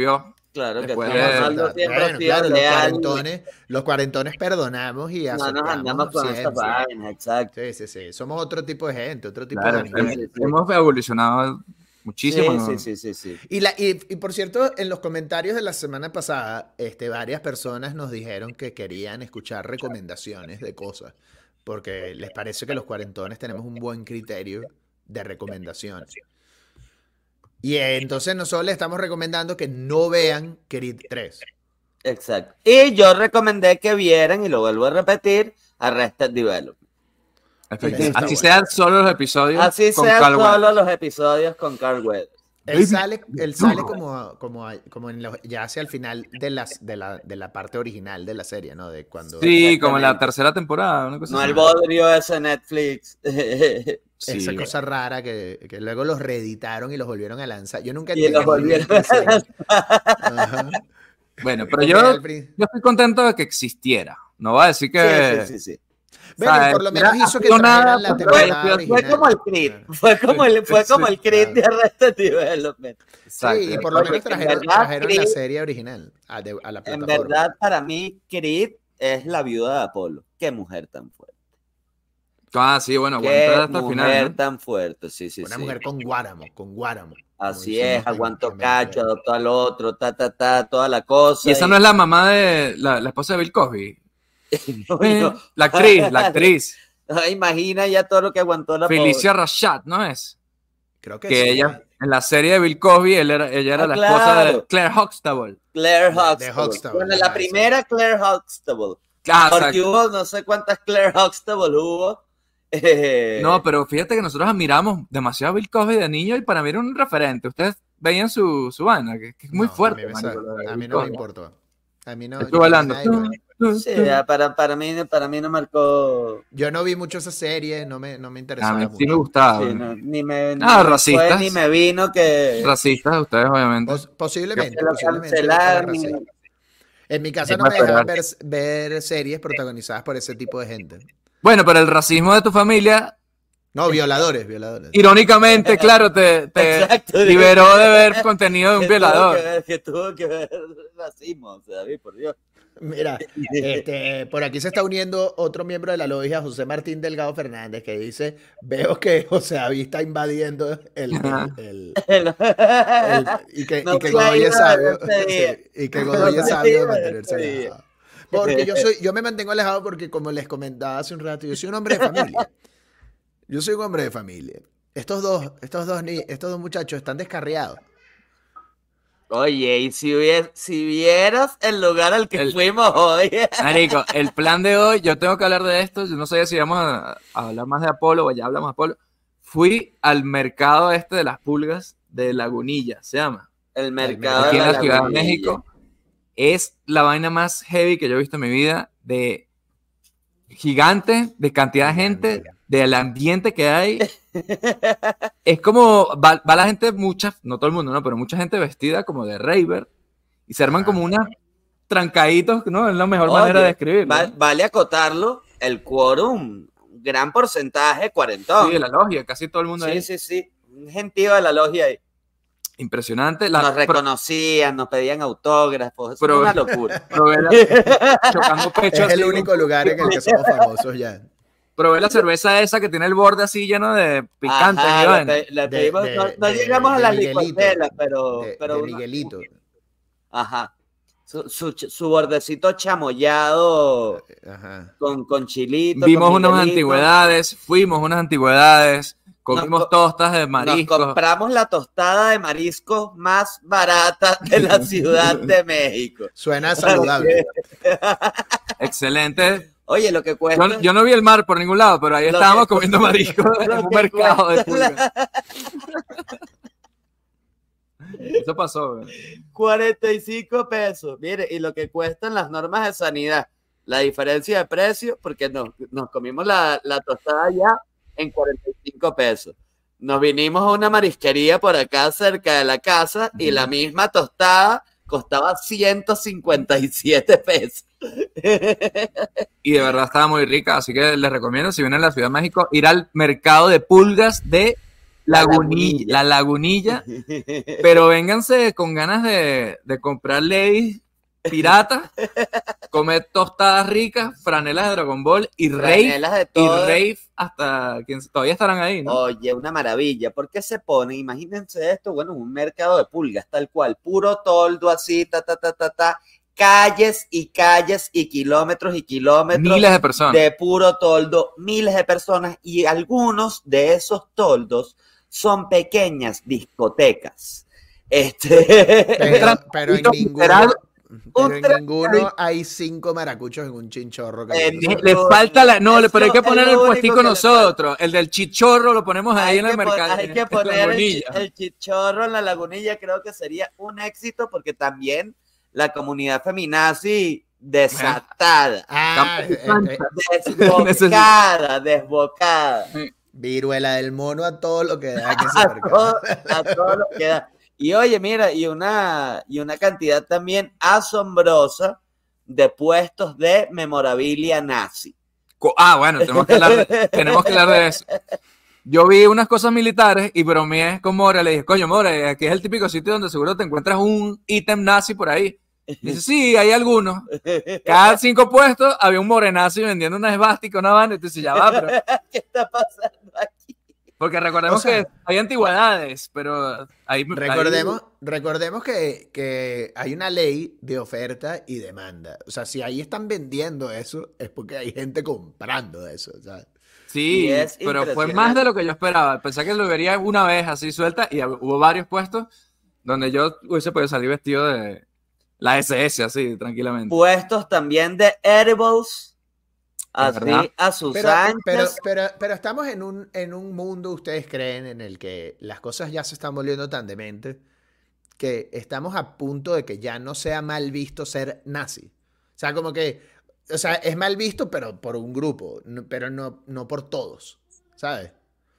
Claro que Después sí. de- Ronaldo siempre Bueno, ha sido claro, los leal. cuarentones, los cuarentones perdonamos y No nos aceptamos andamos con esas siempre. vainas, exacto. Sí, sí, sí. Somos otro tipo de gente, otro tipo Claro, de animales. sí, sí. hemos evolucionado muchísimo. Sí, sí, sí, sí, sí. Y, la, y, y por cierto, en los comentarios de la semana pasada, este, varias personas nos dijeron que querían escuchar recomendaciones de cosas, porque les parece que los cuarentones tenemos un buen criterio de recomendaciones. Y eh, entonces nosotros les estamos recomendando que no vean Creed tres. Exacto. Y yo recomendé que vieran, y lo vuelvo a repetir, Arrested Development. Efectivamente. Está Así bueno. sean solo los episodios. Así con sean Carl solo Weathers. los episodios con Carl Weathers. Él sale, él sale como, como, como en los- ya hacia el final de, las, de, la, de la parte original de la serie, ¿no? De cuando Sí, como en la Exactamente. tercera temporada. Una cosa No así. el bodrio ese Netflix. Sí. esa cosa rara que, que luego los reeditaron y los volvieron a lanzar. Yo nunca Y los entendí volvieron qué a hicieron. Ajá. Bueno, pero Porque yo, al prin- yo estoy contento de que existiera. No voy a decir que. Sí, sí, sí, sí. Bueno, sea, y por lo menos era hizo que accionada trajeran la por- temporada Fue, fue original. como el Creed. Claro. Fue como el, fue como Sí, el Creed de claro. Arrested Development. Exacto. Sí, y por lo Oye, menos en trajeron, verdad, trajeron la Creed- serie original a, de- a la En plataforma. verdad, para mí, Creed es la viuda de Apolo. Qué mujer tan fuerte. Ah, sí, bueno, Qué aguanta hasta el mujer final. ¿no? tan fuerte. Sí, sí, Una sí. mujer con Guáramo, con Guáramo. como Así decimos es, en- aguantó en cacho, Venezuela. adoptó al otro, ta, ta, ta, toda la cosa. Y esa no es la mamá de la, la esposa de Bill Cosby. Coño, La actriz, la actriz. imagina ya todo lo que aguantó la Felicia Rashad, ¿no es? Creo que, Que sí. ella, en la serie de Bill Cosby, él era, ella era Ah, la esposa de claro. Claire Huxtable. Claire De- de Huxtable. Huxtable, Bueno, ajá, la esa. primera Claire Huxtable. Ah, Porque exacto. hubo no sé cuántas Claire Huxtable hubo. Eh, No, pero fíjate que nosotros admiramos demasiado a Bill Cosby de niño y para mí era un referente. Ustedes veían su, su vaina, que, que es muy No, fuerte. A mí, me, marico, lo de a mí Bill no me Cosby. importó. A mí no. Estuvo yo, bailando. nadie me- sí, ya, para, para, mí, para mí no marcó. yo no vi mucho esa serie, no me, no me A interesaba mí mucho. sí me gustaba. Sí, no, ni me, ni Ah, me racistas. fue, ni me vino que. Racistas ustedes, obviamente. Pos- posiblemente, que lo posiblemente. cancelaran, era ni- racista. En mi casa Es no me más dejaban esperar. ver, ver series protagonizadas por ese tipo de gente. Bueno, pero el racismo de tu familia, No, violadores, violadores. irónicamente, claro, te, te Exacto. liberó de ver contenido de un que tuvo violador. que ver- que tuvo que ver racismo, o sea, David, por Dios. Mira, este, por aquí se está uniendo otro miembro de la logia, José Martín Delgado Fernández, que dice, veo que José David está invadiendo el... el- el- el- y que, No y que se ha Godoy ido es sabio, de este día. sí, y que Godoy No es se ha sabio de ido de mantenerse este día. alejado. Porque yo soy, yo me mantengo alejado porque, como les comentaba hace un rato, yo soy un hombre de familia. Yo soy un hombre de familia. Estos dos, estos dos, ni- estos dos muchachos están descarriados. Oye, y si, hubies- si vieras el lugar al que El- fuimos hoy. Marico, el plan de hoy, yo tengo que hablar de esto, yo no sé si vamos a, a hablar más de Apolo o ya hablamos de Apolo. Fui al mercado este de las pulgas de Lagunilla, se llama, El mercado aquí de en la Ciudad de Lagunilla. México. Es la vaina más heavy que yo he visto en mi vida, de gigante, de cantidad de gente, del ambiente que hay. Es como, va, va la gente, mucha, no todo el mundo, ¿no? Pero mucha gente vestida como de raver y se arman Ajá. como unas trancaditos, ¿no? Es la mejor Oye, manera de describirlo. Va- vale acotarlo, el quórum, un gran porcentaje, cuarentón. Sí, de la logia, casi todo el mundo ahí. Sí, sí, sí. Un gentío de la logia ahí. Impresionante. La, Nos pro- reconocían, nos pedían autógrafos. Eso Pero- fue una locura. probé la- chocando pecho Es el así, único lugar en el que somos famosos ya. probé la cerveza esa que tiene el borde así lleno de picantes Ajá, y le vaina. pe- le De- pedimos- de- no, no de- llegamos a de las Miguelito. licuatelas, pero, De, pero de una- Miguelito. Ajá. Su, su, ch- su bordecito chamoyado Ajá. con, con chilito. Vimos con unas Miguelito. antigüedades, fuimos a unas antigüedades, comimos co- tostas de Nos mariscos. compramos la tostada de mariscos más barata de la Ciudad de México. Suena saludable. Excelente. Oye, lo que cuesta. Yo, yo no vi el mar por ningún lado, pero ahí Lo estábamos que- comiendo mariscos en lo un que mercado de cuesta pulgas. Eso pasó, güey. cuarenta y cinco pesos. Mire, y lo que cuestan las normas de sanidad. La diferencia de precio, porque nos, nos comimos la, la tostada ya en cuarenta y cinco pesos. Nos vinimos a una marisquería por acá cerca de la casa y la misma tostada costaba ciento cincuenta y siete pesos. Y de verdad estaba muy rica, así que les recomiendo, si vienen a la Ciudad de México, ir al mercado de pulgas de Lagunilla, la lagunilla, pero vénganse con ganas de, de comprar leyes piratas, comer tostadas ricas, franelas de Dragon Ball y rave, Franelas de y todo. rave hasta quien todavía estarán ahí, ¿no? Oye, una maravilla. ¿Por qué se pone? Imagínense esto, bueno, un mercado de pulgas, tal cual, puro toldo así, ta, ta, ta, ta, ta, calles y calles y kilómetros y kilómetros Miles de personas. de puro toldo, miles de personas, y algunos de esos toldos son pequeñas discotecas. Este... Pero, pero en Literal, ninguno, pero un en tra- ninguno hay cinco maracuchos en un chinchorro. Que En dice. Le falta la. No, Eso pero hay que es poner lo el único puestico que le nosotros. El del chichorro lo ponemos ahí Hay en el que, pon- mercado. hay que en poner el, chi- Lagunilla. el chichorro en la lagunilla, creo que sería un éxito porque también la comunidad feminazi desatada, Ah, eh, eh, desbocada, desbocada, viruela del mono a todo lo que da que ese a mercado. todo, a todo lo que da. Y oye, mira, y una, y una cantidad también asombrosa de puestos de memorabilia nazi. Co- Ah, bueno, tenemos que hablar de, tenemos que hablar de eso. Yo vi unas cosas militares y bromeé con Mora. Le dije, coño, Mora, aquí es el típico sitio donde seguro te encuentras un ítem nazi por ahí. Dice, sí, hay algunos. Cada cinco puestos había un morenazi vendiendo una esvástica, una banda. Y tú dices, ya va, pero... ¿Qué está pasando aquí? Porque recordemos O sea, que hay antigüedades, pero ahí... Recordemos, recordemos que, que hay una ley de oferta y demanda. O sea, si ahí están vendiendo eso, es porque hay gente comprando eso. ¿Sabes? Sí, Y es pero fue impresionante. más de lo que yo esperaba. Pensé que lo vería una vez así suelta y hab- hubo varios puestos donde yo hubiese podido salir vestido de la S S así, tranquilamente. Puestos también de edibles, así verdad. a sus Pero, pero, anchas. pero, pero estamos en un, en un mundo, ustedes creen, en el que las cosas ya se están volviendo tan dementes que estamos a punto de que ya no sea mal visto ser nazi. O sea, como que, o sea, es mal visto, pero por un grupo, no- pero no, no por todos, ¿sabes?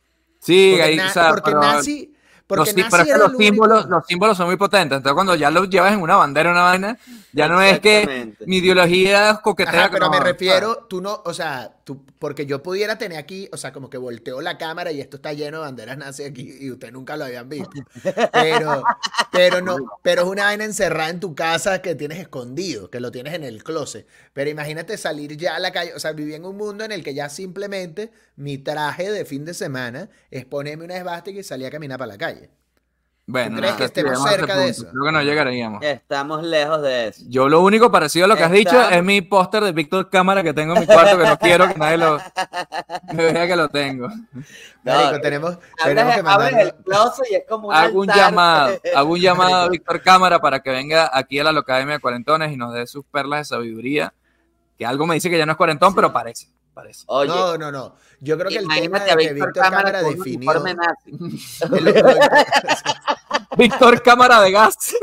Sí, Porque, ahí, na- o sea, porque pero, nazi, porque los, sí- nazi pero es que era los el único- símbolos, los símbolos son muy potentes. Entonces, cuando ya los llevas en una bandera, una vaina, ya no es que Exactamente. mi ideología coquetea. Ajá, pero no, me o sea, refiero, tú no, o sea, tú, porque yo pudiera tener aquí, o sea, como que volteo la cámara y esto está lleno de banderas nazi aquí y ustedes nunca lo habían visto. Pero, pero no, pero es una vaina encerrada en tu casa que tienes escondido, que lo tienes en el closet. Pero imagínate salir ya a la calle, o sea, viví en un mundo en el que ya simplemente mi traje de fin de semana es ponerme una esvástica y salir a caminar para la calle. Bueno, crees no, que estemos lleguemos a ese cerca de punto. eso? Creo que no llegaríamos. Estamos lejos de eso. Yo lo único parecido a lo que has dicho Estamos- es mi póster de Víctor Cámara que tengo en mi cuarto, que no quiero que nadie lo me vea que lo tengo. Marico, No, tenemos, tenemos Abres, que abres mandarlo. el closet y es como un Hago un altar. llamado, hago un llamado a Víctor Cámara para que venga aquí a la Locademia de Cuarentones y nos dé sus perlas de sabiduría, que algo me dice que ya no es cuarentón, pero parece, parece. Oye, No, no, no. Yo creo que el tema imagínate de a que Víctor Víctor Cámara Cámara con un definió. uniforme nazi. es lo- lo- Víctor Cámara de gas.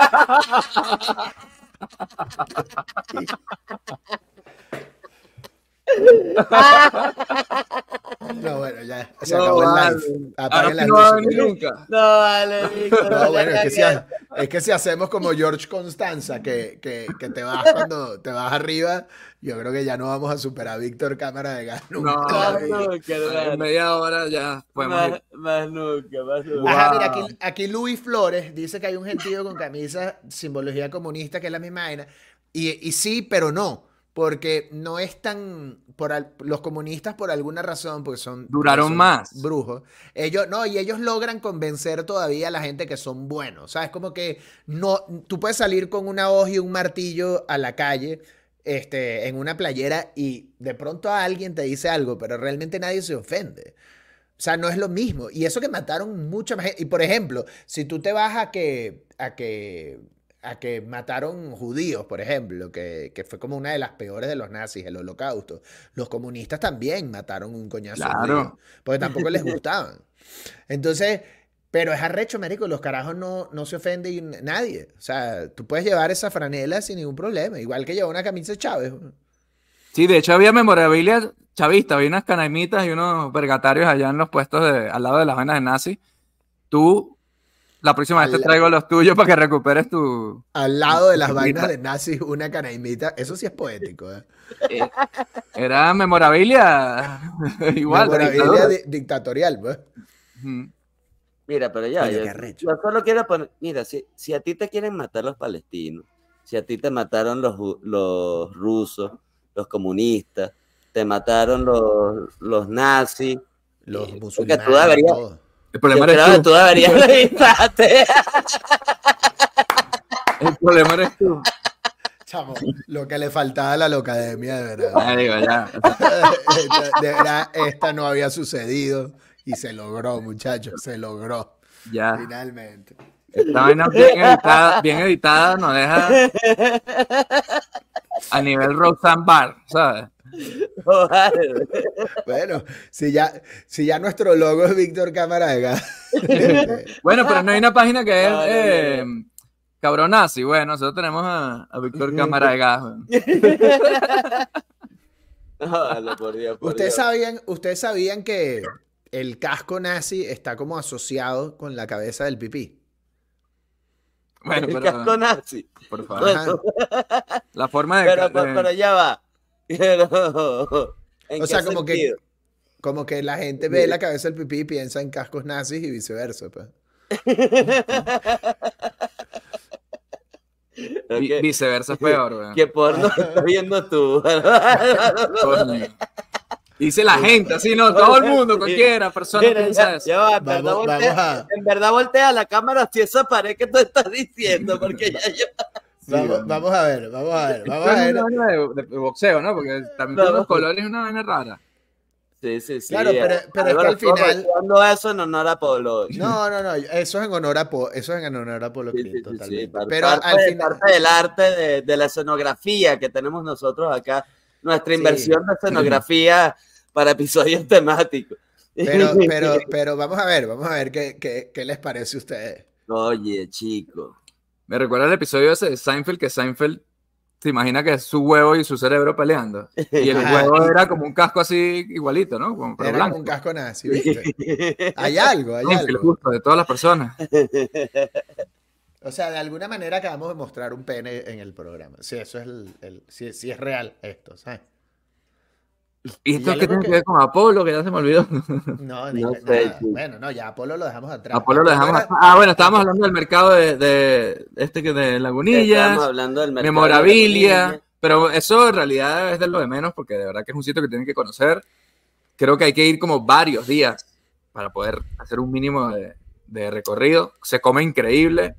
No, bueno, ya se No, acabó vale. el live. Ahora Apaguen sí las no va a luces. venir nunca. No, vale, Víctor. No, le bueno, es que, si, cagué. ha- es que si hacemos como George Constanza, que, que, que te vas cuando te vas arriba, yo creo que ya no vamos a superar a Víctor Cámara de Gas nunca. No, Más no, nunca, hermano. En media hora ya podemos Más, ir. más nunca, más nunca. Ajá, Wow. mira, aquí, aquí Luis Flores dice que hay un gentío con camisa simbología comunista, que es la misma vaina. Y, y sí, pero no. Porque no es tan. Por al- los comunistas, por alguna razón, porque son. Duraron son más. Brujos. Ellos, no, y ellos logran convencer todavía a la gente que son buenos. ¿Sabes? Como que no. Tú puedes salir con una hoja y un martillo a la calle. Este, en una playera y de pronto a alguien te dice algo, pero realmente nadie se ofende. O sea, no es lo mismo. Y eso que mataron mucha más gente. Y por ejemplo, si tú te vas a que, a que, a que mataron judíos, por ejemplo, que, que fue como una de las peores de los nazis, el holocausto. Los comunistas también mataron un coñazo de Claro. judíos, porque tampoco les gustaban. Entonces, pero es arrecho, marico, los carajos no, no se ofenden nadie. O sea, tú puedes llevar esa franela sin ningún problema, igual que llevar una camisa de Chávez. Sí, de hecho había memorabilia chavista, había unas canaimitas y unos vergatarios allá en los puestos de, al lado de las vainas de nazi. Tú, la próxima vez te Al- traigo los tuyos para que recuperes tu... Al lado de las Canaimita. vainas de nazis, una canaimita. Eso sí es poético, ¿eh? eh, era memorabilia igual. de Memorabilia dictadura. di- dictatorial, pues. Ujú. Mira, pero ya, Coño, yo, qué arrecho. yo solo quiero poner, mira, si, si a ti te quieren matar los palestinos, si a ti te mataron los, ju- los rusos, los comunistas, te mataron los, los nazis, Los y creo que tú musulmanes, deberías, todo. El yo problema eres creo que tú. tú deberías registrarte. El problema eres tú. Chamo, lo que le faltaba a la locademia, de verdad. Ay, digo, ya. O sea, Esta- de verdad, esta no había sucedido y se logró, muchachos, se logró. ya. Finalmente. Esta vaina bien editada, bien editada nos deja a nivel Roseanne Barr, ¿sabes? Joder. Bueno, si ya, si ya nuestro logo es Víctor Cámara de Gas. este, Bueno, pero no hay una página que es No, no, no, eh, cabronazi. Bueno, nosotros tenemos a, a Víctor Cámara de Gas. weón. Joder, por Dios, por ¿Ustedes Dios. sabían, ustedes sabían que el casco nazi está como asociado con la cabeza del pipí? Bueno, El pero, casco nazi. por favor. Ajá. La forma de... Pero, de- pero ya va. Pero, ¿en O sea, qué como que, sentido? como que la gente ve la cabeza del pipí y piensa en cascos nazis y viceversa, pues. Pero vi- que- viceversa es peor, weón. ¿Qué porno estás viendo tú? Coño. Dice la gente, así no, todo el mundo, cualquiera persona Mira, piensa ya, eso. ya va, en verdad, Vamos- voltea, vamos a- en verdad voltea la cámara hacia esa pared que tú estás diciendo, porque ya yo... Sí, Vamos, weón. vamos a ver, vamos a ver, vamos Esto a es ver. una vaina de, de boxeo, ¿no? Porque también Vamos. con los colores es una vaina rara. Sí, sí, sí. Claro, pero- pero es que al final- Cuando eso en honor a Polo. No, no, no, eso es en honor a Po- eso es en honor a Polo Sí, Clean, sí, sí, sí, totalmente. par- Pero parte, al de- final, parte del arte de, de la escenografía que tenemos nosotros acá, nuestra Sí. inversión de escenografía para episodios temáticos. pero, pero, pero vamos a ver, vamos a ver qué, qué, qué les parece a ustedes. Oye, chico. Me recuerda el episodio ese de Seinfeld, que Seinfeld se imagina que es su huevo y su cerebro peleando. Y el Ajá. huevo era como un casco así igualito, ¿no? Como, pero Era blanco. como un casco nazi, ¿viste? Hay algo, hay Seinfeld, algo. justo, de todas las personas. O sea, de alguna manera acabamos de mostrar un pene en el programa. Sí, eso es el, el sí, sí es real esto, ¿sabes? Y Y esto ya que luego tiene que- que ver con Apolo, que ya se me olvidó. No, ni No nada. sé, sí. Bueno, no, ya Apolo lo dejamos atrás. Apolo lo dejamos. era- atrás. Ah, bueno, estábamos hablando del mercado de, de este que de Lagunillas, Estamos hablando del mercado memorabilia, de la pero eso en realidad es de lo de menos, porque de verdad que es un sitio que tienen que conocer. Creo que hay que ir como varios días para poder hacer un mínimo de, de recorrido. Se come increíble.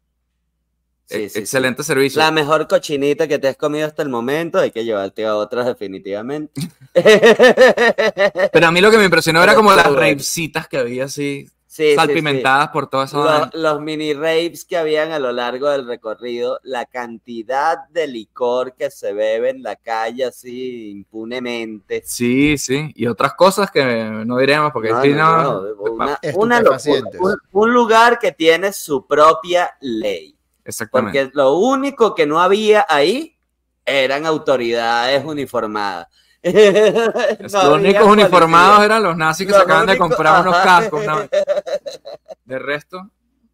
Sí, E- sí, excelente servicio. La mejor cochinita que te has comido hasta el momento, hay que llevarte a otras definitivamente. Pero a mí lo que me impresionó Pero era como está las bueno. ravesitas que había así, Sí, sí, salpimentadas por toda sí. esa vaina. Los, los mini raves que habían a lo largo del recorrido, la cantidad de licor que se bebe en la calle así impunemente. Sí, sí, y otras cosas que no diremos porque No, si no, no, no, una, una locura. Estupefacientes. Un, un lugar que tiene su propia ley. exactamente. Porque lo único que no había ahí eran autoridades uniformadas. No Los había únicos uniformados policía. eran los nazis que Los se acaban de únicos- comprar unos ajá. cascos. ¿no? De resto,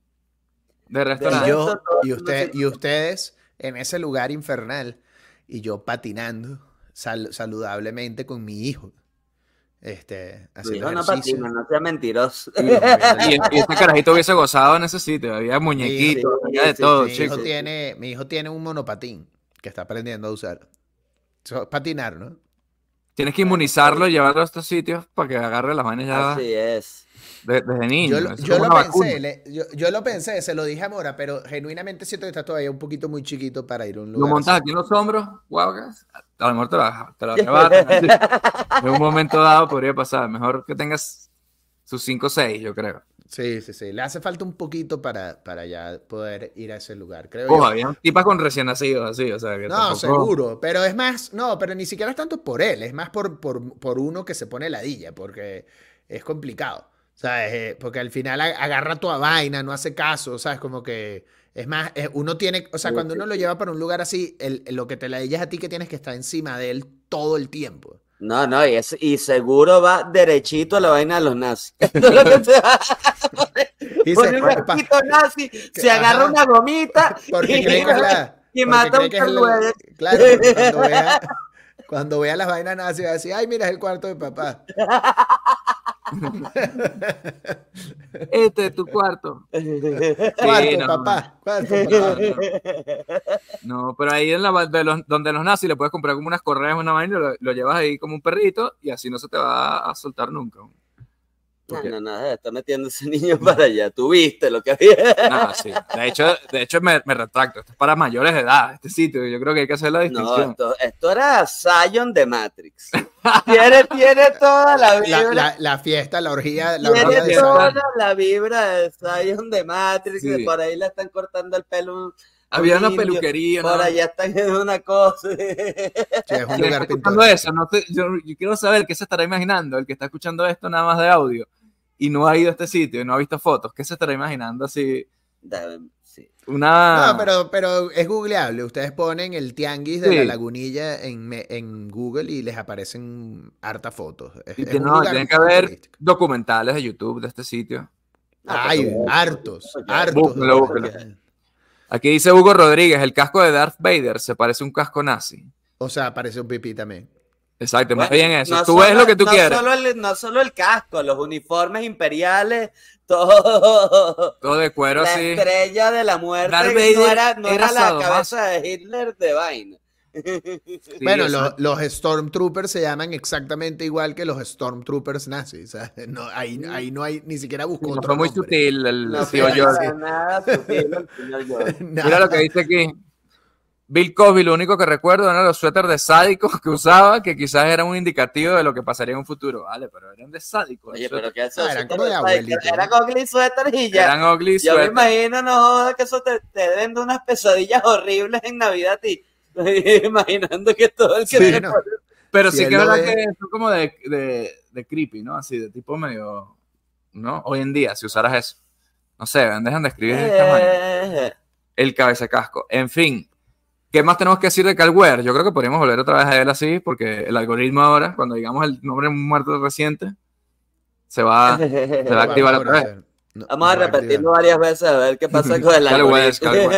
de resto De nada. Y yo, Esto todo y, el usted, mundo y ustedes en ese lugar infernal y yo patinando sal- saludablemente con mi hijo. Este, Tu haciendo hijo no ejercicio. patina, no sea mentiroso. Y, y ese carajito hubiese gozado en ese sitio. Había muñequitos, Sí, había de sí, todo, Mi sí, hijo, chicos. tiene, mi hijo tiene un monopatín que está aprendiendo a usar. Eso es patinar, ¿no? Tienes que inmunizarlo y llevarlo a estos sitios para que agarre las vainas ya Así es. de- desde niño. Yo, lo- Eso es yo como lo una pensé, vacuna. le- yo, yo lo pensé, se lo dije a Mora, pero genuinamente siento que está todavía un poquito muy chiquito para ir a un Lo lugar montas así. aquí en los hombros, guaucas, a lo mejor te lo, te lo arrebatan. así. En un momento dado podría pasar. Mejor que tengas sus cinco o seis, yo creo. Sí, sí, sí. Le hace falta un poquito para, para ya poder ir a ese lugar, creo Ojo, yo. había tipas con recién nacidos, así, o sea, que No, tampoco- seguro, pero es más, no, pero ni siquiera es tanto por él, es más por, por, por uno que se pone ladilla, porque es complicado, ¿sabes? Eh, porque al final a- agarra toda vaina, no hace caso, ¿sabes? Como que es más, eh, uno tiene, o sea, Sí, cuando sí, uno lo lleva para un lugar así, el, lo que te ladilla es a ti que tienes que estar encima de él todo el tiempo. No, no, y, es- y seguro va derechito a la vaina de los nazis. Esto es lo que se va. Y Pone se- un pa- casquito nazi, se Ajá. agarra una gomita Porque y, cree que es la... y porque mata a cree un que es el- carluegue. Claro, porque cuando vea, cuando vea las vainas nazis va a decir, ay, mira, es el cuarto de papá. Este es tu cuarto. Cuarto, no. papá. Cuarto, No, papá. no. No, pero ahí en la, de los, donde los nazis le puedes comprar como unas correas, una vaina, y lo, lo llevas ahí como un perrito y así no se te va a soltar nunca. No, Porque- no, no, está metiendo ese niño para allá. Tú viste lo que había. Ah, sí. De hecho, de hecho me, me retracto. Esto es para mayores de edad, este sitio. Yo creo que hay que hacer la No, distinción. esto, esto era Zion de Matrix. Tiene, tiene toda la La, vibra. la, la fiesta, la orgía, la orgía Tiene de toda Zion. la vibra de Zion de Matrix. Sí. Que por ahí le están cortando el pelo. Había una indio, peluquería. Por ¿no? allá están en una cosa. Sí, es un ¿Quién lugar está escuchando pintoresco. eso? No sé, yo, yo quiero saber qué se estará imaginando el que está escuchando esto nada más de audio y no ha ido a este sitio y no ha visto fotos. ¿Qué se estará imaginando así? Sí. Una... No, pero, pero es googleable. Ustedes ponen el tianguis de Sí. la Lagunilla en, me- en Google y les aparecen harta fotos. Es, y es que un no, lugar tienen que haber turístico. documentales de YouTube de este sitio. No, por Hay supuesto. hartos, Porque- hartos. Búsquenlo, documentales. Aquí dice Hugo Rodríguez, el casco de Darth Vader se parece a un casco nazi. O sea, aparece un pipí también. Exacto, más Bueno, bien eso. no Tú solo- ves lo que tú no quieres. Solo el, no solo el casco, los uniformes imperiales, todo. Todo de cuero La así. estrella de la muerte Darth no Vader era, no era era la sadomaso. cabeza de Hitler de vaina. Sí, Bueno, exacto. los, los Stormtroopers se llaman exactamente igual que los Stormtroopers nazis. O sea, no, ahí, ahí no hay, ni siquiera buscó Sí, no otro fue muy nombre. sutil el No tío fue George. para nada sutil el señor George. Nada. Mira lo que dice aquí. Bill Cosby, lo único que recuerdo eran los suéteres de sádicos que usaba, que quizás eran un indicativo de lo que pasaría en un futuro. Vale, pero eran de sádicos. Oye, los pero suéteres. que eso Ah, eran eso como te- de abuelito, Era ¿no? Gogli Sweater y ya. Eran ugly Yo me suéteres. imagino, no jodas, que eso te, te den de unas pesadillas horribles en Navidad a ti. Imaginando que todo el que Sí, se no. pone- Pero Si sí él que es lo verdad ve- que son como de, de, de creepy, ¿no? Así, de tipo medio, ¿no? Hoy en día, si usaras eso. No sé, dejan de escribir de esta manera. Eh, El cabeza-casco. En fin, ¿qué más tenemos que decir de Calware? Yo creo que podríamos volver otra vez a él así, porque el algoritmo ahora, cuando digamos el nombre de un muerto reciente, se va, se va a activar otra vez. No, Vamos a no va repetirlo activar. varias veces a ver qué pasa con el Dale, güey, algoritmo.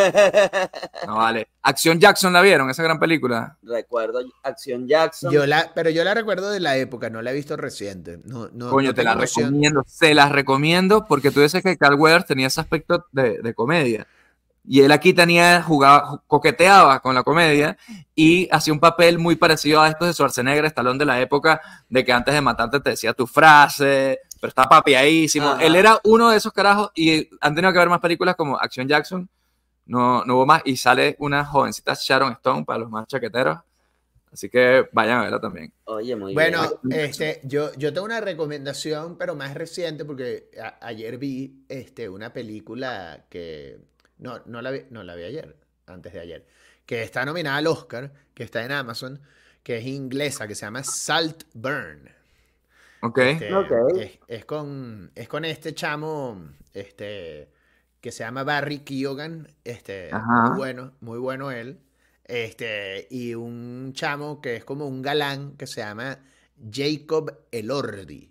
No vale. Acción Jackson, ¿la vieron? Esa gran película. Recuerdo Acción Jackson. Yo la, pero yo la recuerdo de la época, no la he visto reciente. No, no, Coño, no te la tengo noción. recomiendo. Se las recomiendo porque tú dices que Carl Weathers tenía ese aspecto de, de comedia. Y él aquí tenía, jugaba, coqueteaba con la comedia y hacía un papel muy parecido a estos de Schwarzenegger, Stallone de la época, de que antes de matarte te decía tu frase, pero está papiadísimo. Ajá. Él era uno de esos carajos y han tenido que ver más películas como Action Jackson, no, no hubo más, y sale una jovencita Sharon Stone para los más chaqueteros. Así que vayan a verla también. Oye, muy Bueno, bien. este, yo, yo tengo una recomendación, pero más reciente, porque a- ayer vi este, una película que. No, no la vi, no la vi ayer, antes de ayer. Que está nominada al Oscar, que está en Amazon, que es inglesa, que se llama Saltburn. Ok. Este, Ok. es, es con, es con este chamo, este, que se llama Barry Keoghan, este, Ajá. muy bueno, muy bueno él, este, y un chamo que es como un galán que se llama Jacob Elordi,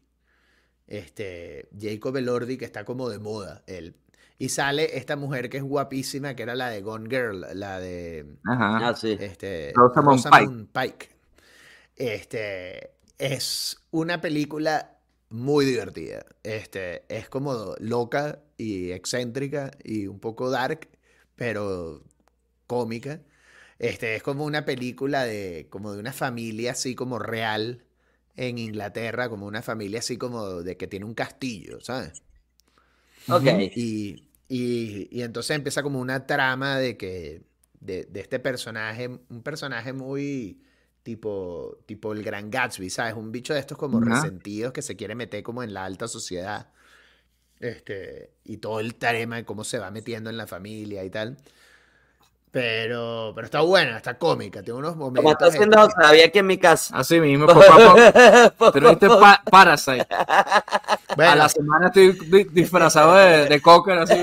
este, Jacob Elordi que está como de moda, él, y sale esta mujer que es guapísima, que era la de Gone Girl, la de, Ajá. Ah, sí. este, Rosamund Rosamund Pike. Este, es una película muy divertida. Este, es como loca y excéntrica y un poco dark, pero cómica. Este, es como una película de, como de una familia así como real en Inglaterra, como una familia así como de que tiene un castillo, ¿sabes? Ok. Y, y, y entonces empieza como una trama de que, de, de este personaje, un personaje muy tipo, tipo el Gran Gatsby, ¿sabes? Un bicho de estos como Ajá. resentidos que se quiere meter como en la alta sociedad. Este, y todo el tema de cómo se va metiendo en la familia y tal. Pero, pero está buena, está cómica, tiene unos momentos. Como está haciendo José David aquí en mi casa. Así mismo, poco a poco. ¿Tú no viste Pa- Parasite? Bueno, A la semana estoy di- disfrazado de, de cocker, así,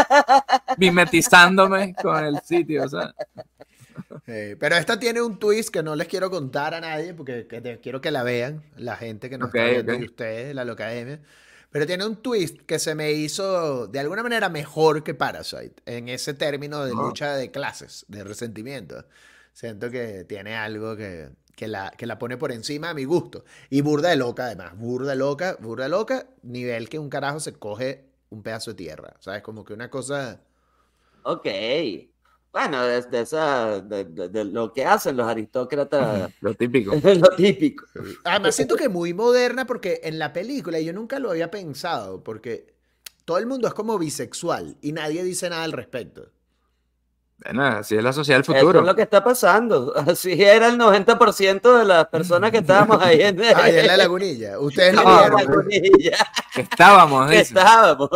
mimetizándome con el sitio, o sea. eh, pero esta tiene un twist que no les quiero contar a nadie porque que te- quiero que la vean, la gente que nos Ok, está viendo ok. y ustedes, la Locademia. Pero tiene un twist que se me hizo de alguna manera mejor que Parasite en ese término de Oh. lucha de clases, de resentimiento. Siento que tiene algo que, que la, que la pone por encima a mi gusto. Y burda de loca, además. Burda loca, burda loca, nivel que un carajo se coge un pedazo de tierra. ¿Sabes? Como que una cosa... Ok. Bueno, de, de esa, de, de, de lo que hacen los aristócratas. Lo típico. Lo típico. Además, siento que muy moderna porque en la película yo nunca lo había pensado, porque todo el mundo es como bisexual y nadie dice nada al respecto. Bueno, así es la sociedad del Eso futuro. es lo que está pasando. Así era el noventa por ciento de las personas que estábamos ahí en, Ahí en la lagunilla. Ustedes lo No, la vieron. lagunilla. Que estábamos, Que dice. estábamos.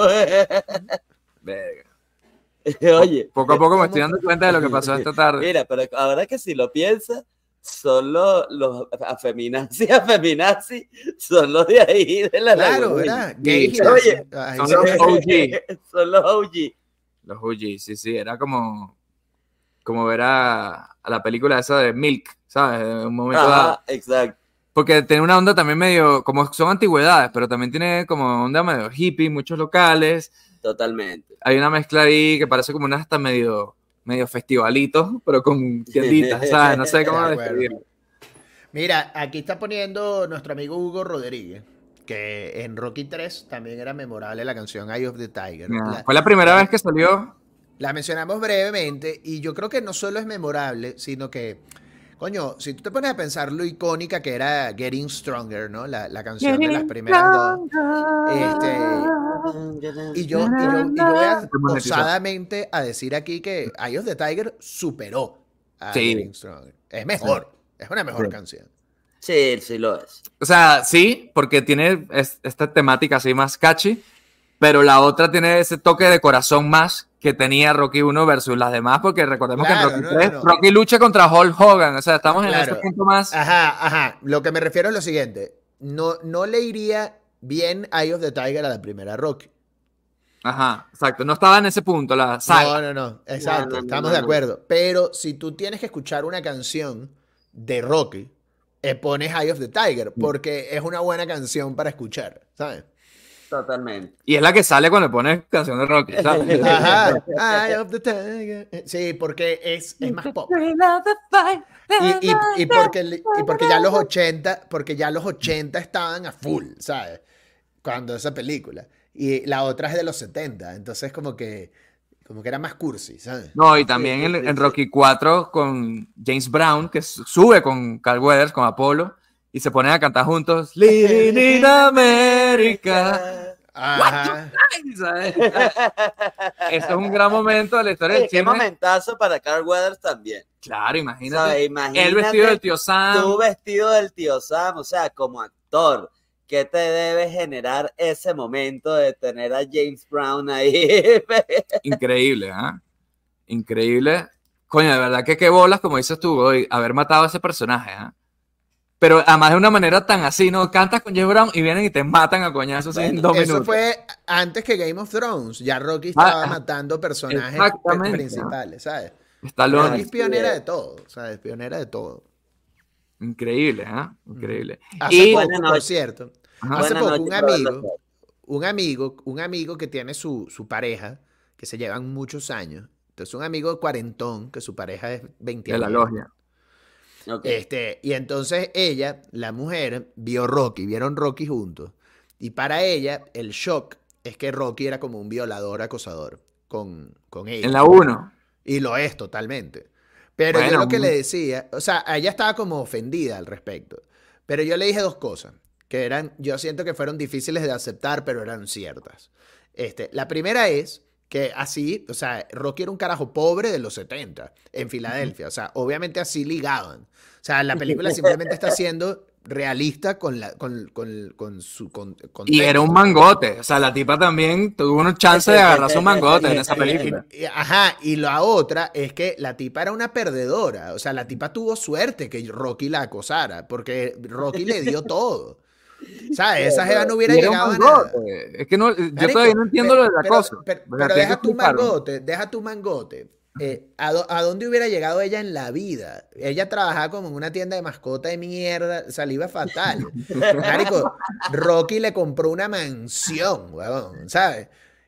Verga. Oye. Poco a poco me estoy dando cuenta de lo que pasó esta tarde. Mira, pero ahora que si lo piensas, son los, los afeminazi, afeminazi, son los de ahí, de la Claro, lagunilla. ¿verdad? Gays y Oye, nazi. Ay, son sí. los O G. Son los O G. Los O G, sí, sí. Era como, como ver a, a la película esa de Milk, ¿sabes? De un momento dado. Ajá, exacto. Porque tiene una onda también medio, como son antigüedades, pero también tiene como onda medio hippie, muchos locales. Totalmente. Hay una mezcla ahí que parece como una hasta medio, medio festivalito, pero con tienditas, ¿sabes? No sé cómo De acuerdo. describirlo. Mira, aquí está poniendo nuestro amigo Hugo Rodríguez, que en Rocky tres también era memorable la canción Eye of the Tiger. Ya, La, Fue la primera vez que salió. la mencionamos brevemente y yo creo que no solo es memorable, sino que, coño, si tú te pones a pensar lo icónica que era Getting Stronger, ¿no? La, la canción de las primeras dos. Este, y yo, y yo, y yo voy a, osadamente a decir aquí que Eye of the Tiger superó a Sí. Getting Stronger. Es mejor, es una mejor Sí. canción. Sí, sí lo es. O sea, sí, porque tiene es- esta temática así más catchy, pero la otra tiene ese toque de corazón más que tenía Rocky uno versus las demás, porque recordemos Claro, que en no, Rocky tres, no, no. Rocky lucha contra Hulk Hogan, o sea, estamos en Claro. ese punto más... Ajá, ajá. Lo que me refiero es lo siguiente. No, no le iría bien Eye of the Tiger a la primera Rocky. Ajá, exacto, no estaba en ese punto la saga. No, no, no. Exacto, No, no, no, estamos no, de no. acuerdo. Pero si tú tienes que escuchar una canción de Rocky, eh, pones Eye of the Tiger, porque es una buena canción para escuchar, ¿sabes? Totalmente. Y es la que sale cuando le pones canción de Rocky, ¿sabes? Ajá. Eye of the Tiger. Eh, Sí, porque es, es más pop. Y, y, y porque, y porque ya los ochenta, porque ya los ochenta estaban a full, ¿sabes? Cuando esa película. Y la otra es de los setenta, entonces como que, como que era más cursi, ¿sabes? No, y también Sí, en, sí, sí, en sí. Rocky cuatro con James Brown, que s- sube con Carl Weathers, con Apollo, y se ponen a cantar juntos Living in America. Ajá. ¿Sabes? Eso es un gran momento de la historia del Qué cine. momentazo para Carl Weathers también. Claro, imagínate. ¿Sabes? Imagínate El vestido del tío Sam. tú vestido del tío Sam, o sea, como actor, ¿qué te debe generar ese momento de tener a James Brown ahí? Increíble, ¿ah? Increíble. Coño, de verdad que qué bolas, como dices tú, hoy, haber matado a ese personaje, ¿ah? Pero además de una manera tan así, ¿no? Cantas con James Brown y vienen y te matan a coñazos en dos Eso minutos. fue antes que Game of Thrones. Ya Rocky estaba Ah, matando personajes exactamente, principales, ¿sabes? Stallone. Rocky es pionera de todo, ¿sabes? Pionera de todo. Increíble, ¿ah? Increíble. Hace Y, poco, Buenas por noches. cierto, ajá, hace Buenas poco noches un para amigo, los dos. un amigo, un amigo que tiene su, su pareja, que se llevan muchos años. Entonces, un amigo cuarentón, que su pareja es veinte de la años. logia. Ok. Este, y entonces ella, la mujer, vio Rocky, vieron Rocky juntos. Y para ella, el shock es que Rocky era como un violador acosador con, con ella. En la uno. Y lo es totalmente. Pero Bueno, yo lo que muy- le decía, o sea, ella estaba como ofendida al respecto. Pero yo le dije dos cosas, que eran, yo siento que fueron difíciles de aceptar, pero eran ciertas. Este, la primera es que así, o sea, Rocky era un carajo pobre de los setenta en Filadelfia. O sea, obviamente así ligaban. O sea, la película simplemente está siendo realista con, la, con, con, con su con, Y era un mangote. O sea, la tipa también tuvo una chance de agarrarse un mangote en esa película. Y- y- ajá, y la otra es que la tipa era una perdedora. O sea, la tipa tuvo suerte que Rocky la acosara, porque Rocky le dio todo. ¿Sabes? Esa jeva no hubiera Y era un llegado a nada. mangote. Es que no, yo Marico, todavía no entiendo pe- lo del pero- acoso. Pero, O sea, pero tienes deja que tu explicarlo. mangote, deja tu mangote. Eh, ¿a, do- a dónde hubiera llegado ella en la vida? Ella trabajaba como en una tienda de mascota de mierda, o sea, le iba fatal. Marico, Rocky le compró una mansión, huevón, ¿sabes?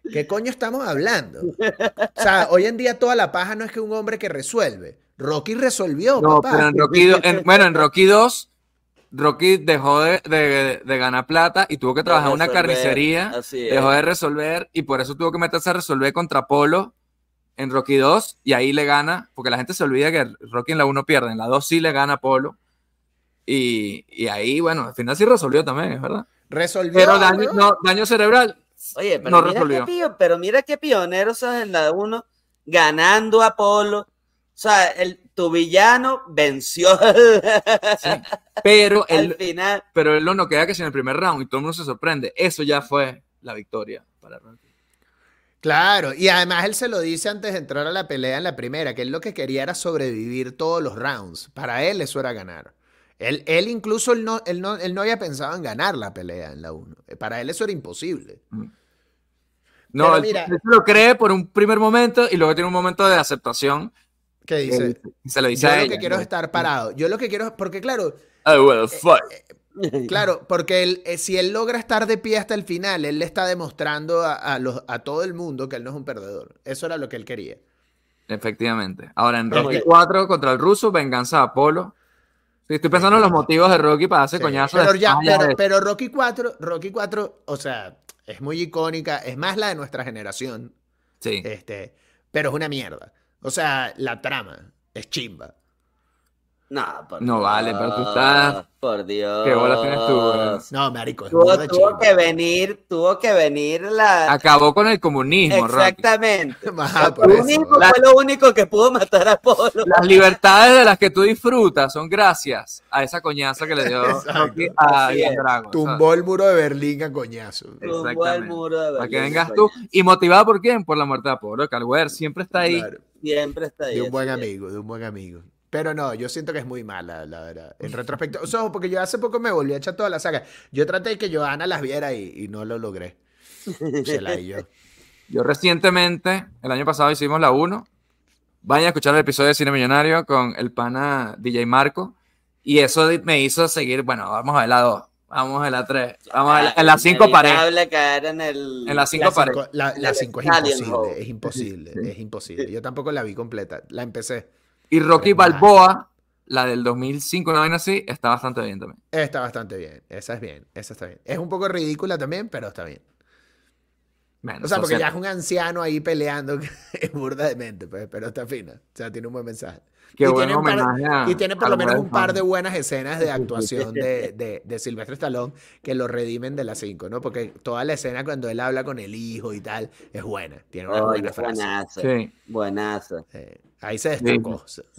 ¿Qué coño estamos hablando? O sea, hoy en día toda la paja no es que un hombre que resuelve. Rocky resolvió, No, papá. pero en Rocky dos, en- bueno, en Rocky dos, Rocky dejó de, de- de ganar plata y tuvo que De trabajar en una resolver, carnicería, así dejó es. de resolver y por eso tuvo que meterse a resolver contra Apolo en Rocky dos y ahí le gana, porque la gente se olvida que Rocky en la uno pierde, en la dos sí le gana a Apolo y, y ahí, bueno, al final sí resolvió también, es verdad. Resolvió, Pero daño, weón. no, daño cerebral Oye, pero no mira qué resolvió. pío, pero mira qué pioneros sos en la uno, ganando a Apolo. O sea, el, tu villano venció al, Sí. Pero al él, final. pero él lo noquea que si en el primer round y todo el mundo se sorprende. Eso ya fue la victoria para Rocky. Claro, y además él se lo dice antes de entrar a la pelea en la primera, que él lo que quería era sobrevivir todos los rounds. Para él eso era ganar. Él, él incluso él no, él, no, él no había pensado en ganar la pelea en la uno. Para él eso era imposible. No, Pero él, mira- él se lo cree por un primer momento y luego tiene un momento de aceptación. ¿Qué dice? Él- y se lo dice Yo a lo ella. que quiero ¿no? es estar parado. Yo lo que quiero, porque claro, I will fight. claro, porque él, eh, si él logra estar de pie hasta el final, él le está demostrando a, a los, a todo el mundo que él no es un perdedor. Eso era lo que él quería. Efectivamente. Ahora en Muy Rocky bien. cuatro contra el ruso, venganza de Apolo. Sí, estoy pensando en los motivos de Rocky para darse Sí, coñazo. pero, de ya, España, pero, de- pero Rocky cuatro, Rocky cuatro, o sea, es muy icónica, es más la de nuestra generación, Sí. este, pero es una mierda. O sea, la trama es chimba. No, por No Dios, vale, pero tú estás- Por Dios. ¿Qué bola tienes tú, güey? No, marico, es Tuvo, burda de tuvo chimba. que venir, tuvo que venir la. Acabó con el comunismo, Rocky. Exactamente. Ajá, Lo por eso. único- La- fue lo único que pudo matar a Apolo. Las libertades de las que tú disfrutas son gracias a esa coñaza que le dio Exacto. Rocky a Así Ian es. Drago. Tumbó el muro de Berlín a coñazo. Tumbó el Exactamente. muro de Para que Berlín, vengas coño. tú. ¿Y motivado por quién? Por la muerte de Apolo. Carl Weathers siempre está ahí. Claro, Siempre está ahí. de un buen así es. amigo, de un buen amigo. Pero no, yo siento que es muy mala, la verdad. En retrospecto, o sea, porque yo hace poco me volví a echar toda la saga. Yo traté de que Johanna las viera y, y no lo logré. Se la di yo. Yo recientemente, el año pasado hicimos la uno. Vayan a escuchar el episodio de Cine Millonario con el pana D J Marco. Y eso me hizo seguir, bueno, vamos a ver la dos, vamos a ver la tres, vamos a ver la, en la cinco paré. Inevitable caer en el. En la cinco La paré. cinco, la, la El cinco es Stallion imposible, Hole. es imposible, Sí. es imposible. Yo tampoco la vi completa, la empecé. Y Rocky Pero es mala. Balboa, la del dos mil cinco, una vaina así, está bastante bien también. Está bastante bien, esa es bien, esa está bien. Es un poco ridícula también, pero está bien. Bueno, O sea, porque social- ya es un anciano ahí peleando, que es burda de mente, pues, pero está fina. O sea, tiene un buen mensaje. Qué y, buen tiene un par, homenaje a- y tiene por a lo menos Will un par de Smith. buenas escenas de actuación de, de, de Sylvester Stallone que lo redimen de las cinco, ¿no? Porque toda la escena cuando él habla con el hijo y tal es buena. Tiene una Oye, buena frase. buenaza. Sí. Buenaza. Eh, ahí se destacó.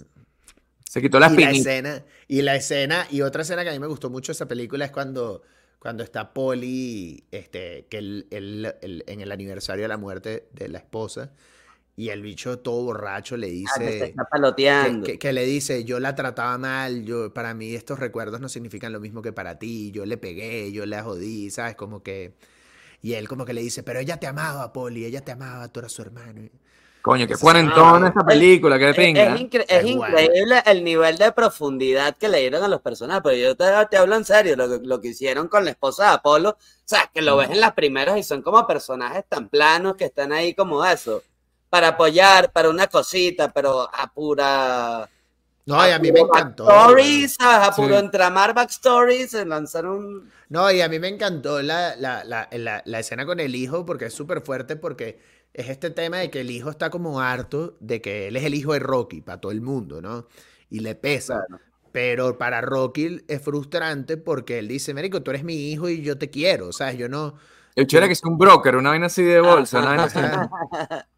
Se quitó la y la espinita. escena, y la escena, y otra escena que a mí me gustó mucho de esa película es cuando, cuando está Polly, este, que él, él- él- en el aniversario de la muerte de la esposa, y el bicho todo borracho le Ah, que se dice, está que, paloteando. que- que le dice, yo la trataba mal, yo, para mí estos recuerdos no significan lo mismo que para ti, yo le pegué, yo la jodí, ¿sabes? Como que, y él como que le dice, pero ella te amaba, Polly, ella te amaba, tú eras su hermano. Coño, qué Esa cuarentona escena- esta película, qué Es, pinga. es incre- es Es buena. increíble el nivel de profundidad que le dieron a los personajes, pero yo te, te hablo en serio, lo, que- lo que hicieron con la esposa de Apolo, o sea, que lo ves en las primeras y son como personajes tan planos que están ahí como eso, para apoyar, para una cosita, pero a pura... No, y a mí me encantó. Backstories, ¿sabes? A Sí. puro entramar backstories, se lanzaron... No, y a mí me encantó la, la, la, la, la escena con el hijo porque es súper fuerte porque es este tema de que el hijo está como harto de que él es el hijo de Rocky para todo el mundo, ¿no? Y le pesa. Claro. Pero para Rocky es frustrante porque él dice, Mérico, tú eres mi hijo y yo te quiero, ¿sabes? Yo no... El chévere que es un broker, una vaina así de bolsa. Una vaina así. Ajá.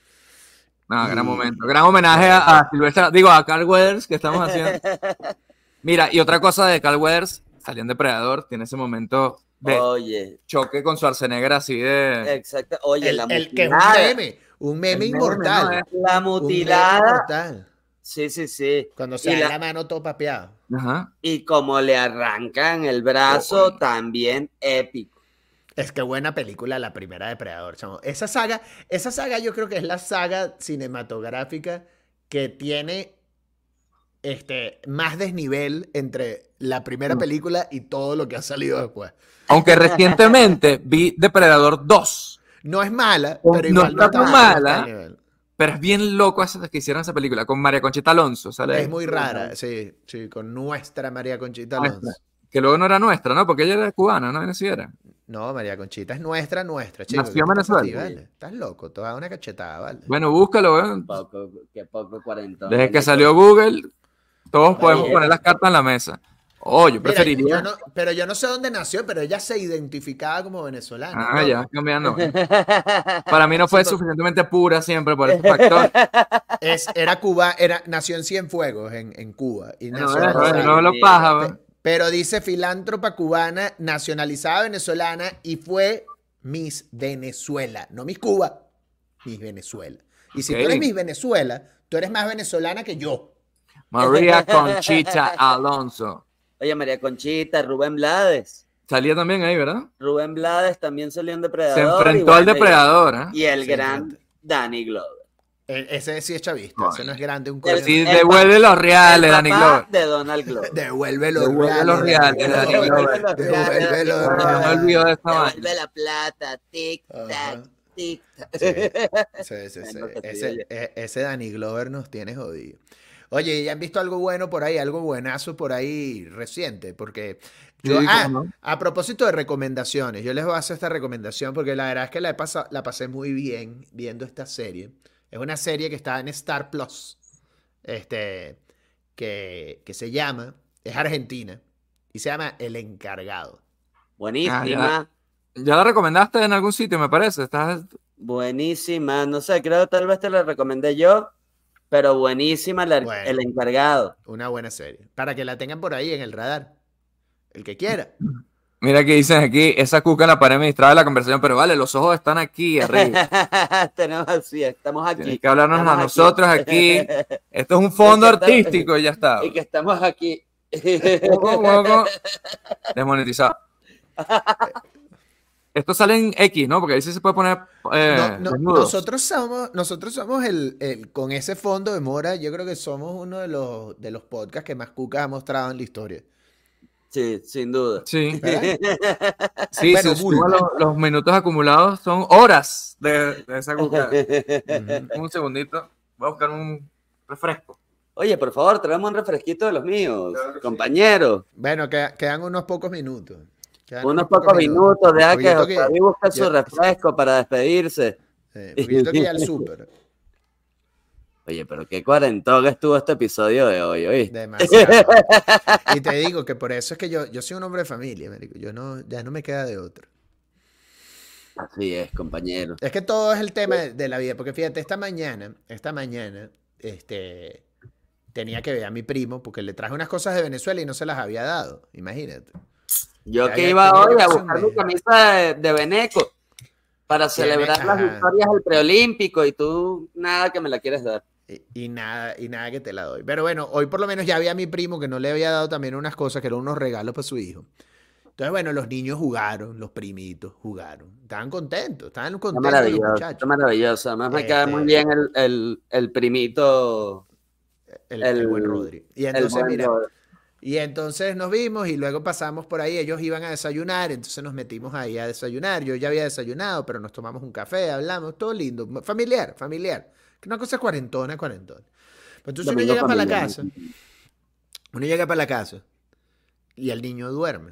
No, gran Y- momento. Gran homenaje a, a Silvestre, digo, a Carl Weathers que estamos haciendo. Mira, y otra cosa de Carl Weathers, salió en Depredador, tiene ese momento de Oye, choque con Schwarzenegger así de... exacto. Oye, El, la el que es un mutilada. meme, un meme El meme, inmortal. ¿no? La Un meme mutilada. inmortal. Sí, sí, sí. Cuando se Y da la- la mano todo papeado. Ajá. Y como le arrancan el brazo, Oh, también épico. Es que buena película la primera Depredador, chamo. Esa saga, esa saga yo creo que es la saga cinematográfica que tiene este, más desnivel entre la primera Mm. película y todo lo que ha salido después. Aunque recientemente vi Depredador dos. No es mala, No pero igual no está está, tan no está al mala, nivel. pero es bien loco esa que hicieron esa película con María Conchita Alonso, ¿sale? Es muy rara, sí, sí, con nuestra María Conchita Nuestra. Alonso. Que luego no era nuestra, ¿no? Porque ella era cubana, ¿no? Así era. No, María Conchita es nuestra, nuestra, chico. ¿Qué Nació en te pasa a ti, Venezuela. vale? Estás loco, te vas a dar una cachetada, vale. Bueno, búscalo, weón. Poco, qué poco cuarentón. Desde que tiene salió Coco. Google, todos Está podemos bien. poner las cartas en la mesa. Oh, yo Mira, preferiría. yo no, pero yo no sé dónde nació, pero ella se identificaba como venezolana. Ah, ¿no? ya, cambiando. Bueno. Para mí no fue Sí, por- suficientemente pura siempre por ese factor. Es, era Cuba, era, nació en Cienfuegos, en, en Cuba. Y No, nació era Bueno, venezolana. no lo sí, paja, Pe- weón. pero dice filántropa cubana, nacionalizada venezolana y fue Miss Venezuela. No Miss Cuba, Miss Venezuela. Y si Ok. tú eres Miss Venezuela, tú eres más venezolana que yo. María Conchita Alonso. Oye, María Conchita, Rubén Blades. Salía también ahí, ¿verdad? Rubén Blades también salió en Depredador. Se y enfrentó al bueno, depredador, ¿eh? Y el Se gran enfrenta. Danny Glover. E- ese sí es chavista, Ay. ese no es grande, un coño. El- Sí, el devuelve pa- los reales, el Danny papá Glover. de Donald Glover. Devuelve los Devuelve reales. los reales, Danny Glover. Glover. Devuelve los No me reales. olvido de esta Devuelve vaina. la plata, tic, Ajá. tac, tic, tac. Sí, sí, sí, sí. Bueno, que te Ese, diga e- ese Danny Glover nos tiene jodido. Oye, ¿ya han visto algo bueno por ahí? Algo buenazo por ahí reciente, porque yo, Sí, ah, cómo no. a propósito de recomendaciones, yo les voy a hacer esta recomendación porque la verdad es que la, he pasa- la pasé muy bien viendo esta serie. Es una serie que está en Star Plus, este, que, que se llama, es argentina, y se llama El Encargado. Buenísima, Ya la recomendaste en algún sitio, me parece. Estás... buenísima. No sé, creo que tal vez te la recomendé yo, pero buenísima la- Bueno. el encargado. Una buena serie. Para que la tengan por ahí en el radar. El que quiera. Mira que dicen aquí, esa cuca en la pared me distrae la conversación, pero vale, los ojos están aquí arriba. Tenemos así, estamos aquí. Tienes que hablarnos Estamos a nosotros aquí. Esto es un fondo Es que está- artístico y ya está. Y que estamos aquí. Poco, poco, desmonetizado. Esto sale en X, ¿no? Porque ahí sí se puede poner eh, No, no, desnudos. nosotros somos, nosotros somos el, el- con ese fondo de mora, yo creo que somos uno de los, de los podcasts que más cucas ha mostrado en la historia. Sí, sin duda. Sí, ¿Verdad? sí, Bueno, si Bull. suma los, los minutos acumulados son horas de, de esa cuca. Ujú. Un segundito, voy a buscar un refresco. Oye, por favor, traemos un refresquito de los míos, Claro que sí. compañero. Bueno, que- quedan unos pocos minutos. Quedan Unos pocos minutos, deja Porque que yo tengo Octavio busque su yo- refresco para despedirse. eh, porque yo tengo que ir al súper. Oye, pero qué cuarentón estuvo este episodio de hoy, ¿oí? Demasiado. Y te digo que por eso es que yo, yo soy un hombre de familia, marico. Yo no, ya no me queda de otro. Así es, compañero. Es que todo es el tema de, de la vida, porque fíjate, esta mañana, esta mañana, este, tenía que ver a mi primo, porque le traje unas cosas de Venezuela y no se las había dado, imagínate. Yo Ya, que ya iba tenía que hoy a pasar un buscar mi mes. camisa de, de Beneco para celebrar las ajá. victorias del preolímpico y tú nada que me la quieres dar. Y, y nada, y nada que te la doy. Pero bueno, hoy por lo menos ya vi a mi primo que no le había dado también unas cosas que eran unos regalos para su hijo. Entonces, bueno, los niños jugaron, los primitos jugaron. Estaban contentos, estaban Está contentos los maravilloso, muchachos. está maravilloso. Además me cae Este- muy bien el, el, el primito. El, el el- buen Rodri. Y el entonces, buen mira, Robert. y entonces nos vimos y luego pasamos por ahí, ellos iban a desayunar, entonces nos metimos ahí a desayunar, yo ya había desayunado, pero nos tomamos un café, hablamos, todo lindo, familiar, familiar, una cosa cuarentona, cuarentona. Pero entonces uno Domingo llega para la familiar. casa, uno llega para la casa y el niño duerme.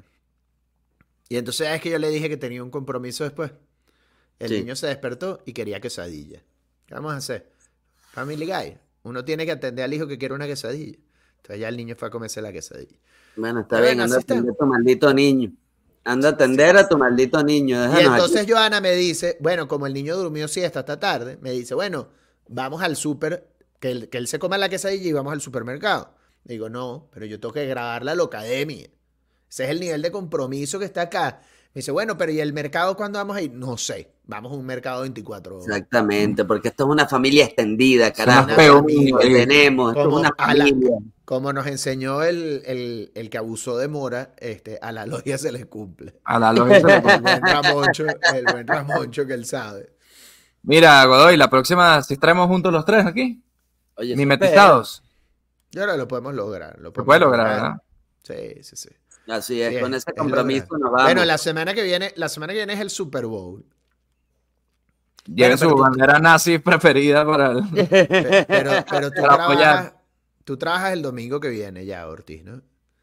Y entonces es que yo le dije que tenía un compromiso después. El Sí. niño se despertó y quería quesadilla. ¿Qué vamos a hacer? Family Guy. Uno tiene que atender al hijo que quiere una quesadilla. Entonces ya el niño fue a comerse la quesadilla. Bueno, está Pero bien, bueno, anda a así está. atender a tu maldito niño. Anda a atender a tu maldito niño. Y Déjanos entonces aquí. Joana me dice, bueno, como el niño durmió siesta hasta tarde, me dice, bueno, vamos al súper, que él, que él se coma la quesadilla y vamos al supermercado. Digo, no, pero yo tengo que grabar la locademia. Ese es el nivel de compromiso que está acá. Me dice, bueno, pero ¿y el mercado cuándo vamos a ir? No sé, vamos a un mercado veinticuatro horas. Exactamente, porque esto es una familia extendida, Son carajo. unos peos, Que eh. tenemos, esto es Como una a la- familia. Como nos enseñó el, el, el que abusó de Mora, este, a la logia se le cumple. A la lógica. El buen Ramoncho, el buen Ramoncho que él sabe. Mira, Godoy, la próxima, si estaremos juntos los tres aquí, Oye, sí, mimetizados. Yo creo que lo podemos lograr. Lo Se podemos puede lograr, ¿verdad? Sí, sí, sí. pero- Así es, Sí, con es- ese es compromiso lograr. nos vamos. Bueno, la semana que viene, la semana que viene es el Super Bowl. Lleve su pero tú- bandera nazi preferida para el... Pe- Pero, pero tú, Para apoyar. trabajas, tú trabajas el domingo que viene ya, Ortiz, ¿no?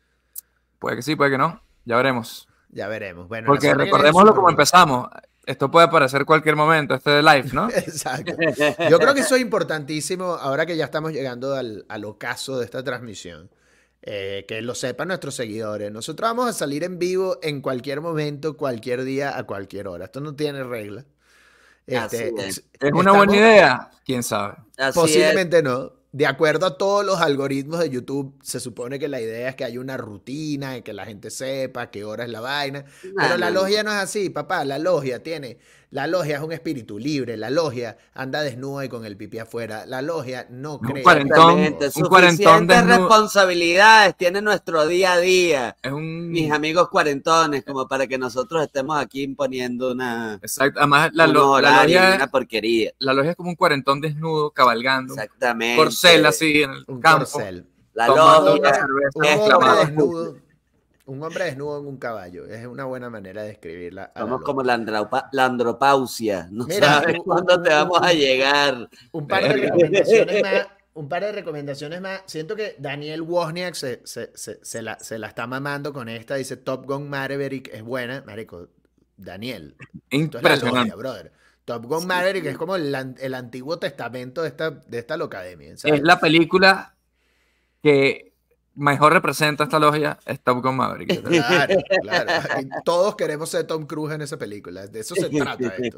Puede que sí, puede que no. Ya veremos. Ya veremos. Bueno, la Porque semana que viene es recordémoslo Super como Bowl. empezamos. Esto puede aparecer cualquier momento, este live, ¿no? Exacto. Yo creo que eso es importantísimo ahora que ya estamos llegando al, al ocaso de esta transmisión. Eh, que lo sepan nuestros seguidores. Nosotros vamos a salir en vivo en cualquier momento, cualquier día, a cualquier hora. Esto no tiene regla. Este, Así es. es- ¿Es una buena estamos- idea? ¿Quién sabe? Así Posiblemente no. De acuerdo a todos los algoritmos de YouTube, se supone que la idea es que haya una rutina, y que la gente sepa qué hora es la vaina. es. Pero No, la no, logia no es así, papá. La logia tiene. La logia es un espíritu libre. La logia anda desnuda y con el pipí afuera. La logia no Un cree. cuarentón, Exactamente. un cuarentón Suficientes desnudo. responsabilidades tiene nuestro día a día, Es un... mis amigos cuarentones, como para que nosotros estemos aquí imponiendo una, Exacto. Además, la, unos lo- la horarios y logia, una porquería. la logia es como un cuarentón desnudo, cabalgando. Un Exactamente. corcel así en el Un campo. corcel. La tomando logia. una cerveza, Un es hombre como- desnudo. Un hombre desnudo en un caballo. Es una buena manera de describirla. a la Somos logia. como la, andropa- la andropausia. No Mira, sabes un- cuándo un- te vamos un- a llegar. Un par de Verga. recomendaciones más. Un par de recomendaciones más. Siento que Daniel Wozniak se, se, se, se la, se la está mamando con esta. Dice Top Gun Maverick es buena. Marico, Daniel. Esto es la Impresionante. logia, brother. Top Gun Maverick es como el, an- el antiguo testamento de esta, de esta locademia. ¿sabes? Es la película que mejor representa esta logia, es Top Gun Maverick. yo creo. Claro, claro. Aquí todos queremos ser Tom Cruise en esa película. De eso se trata esto.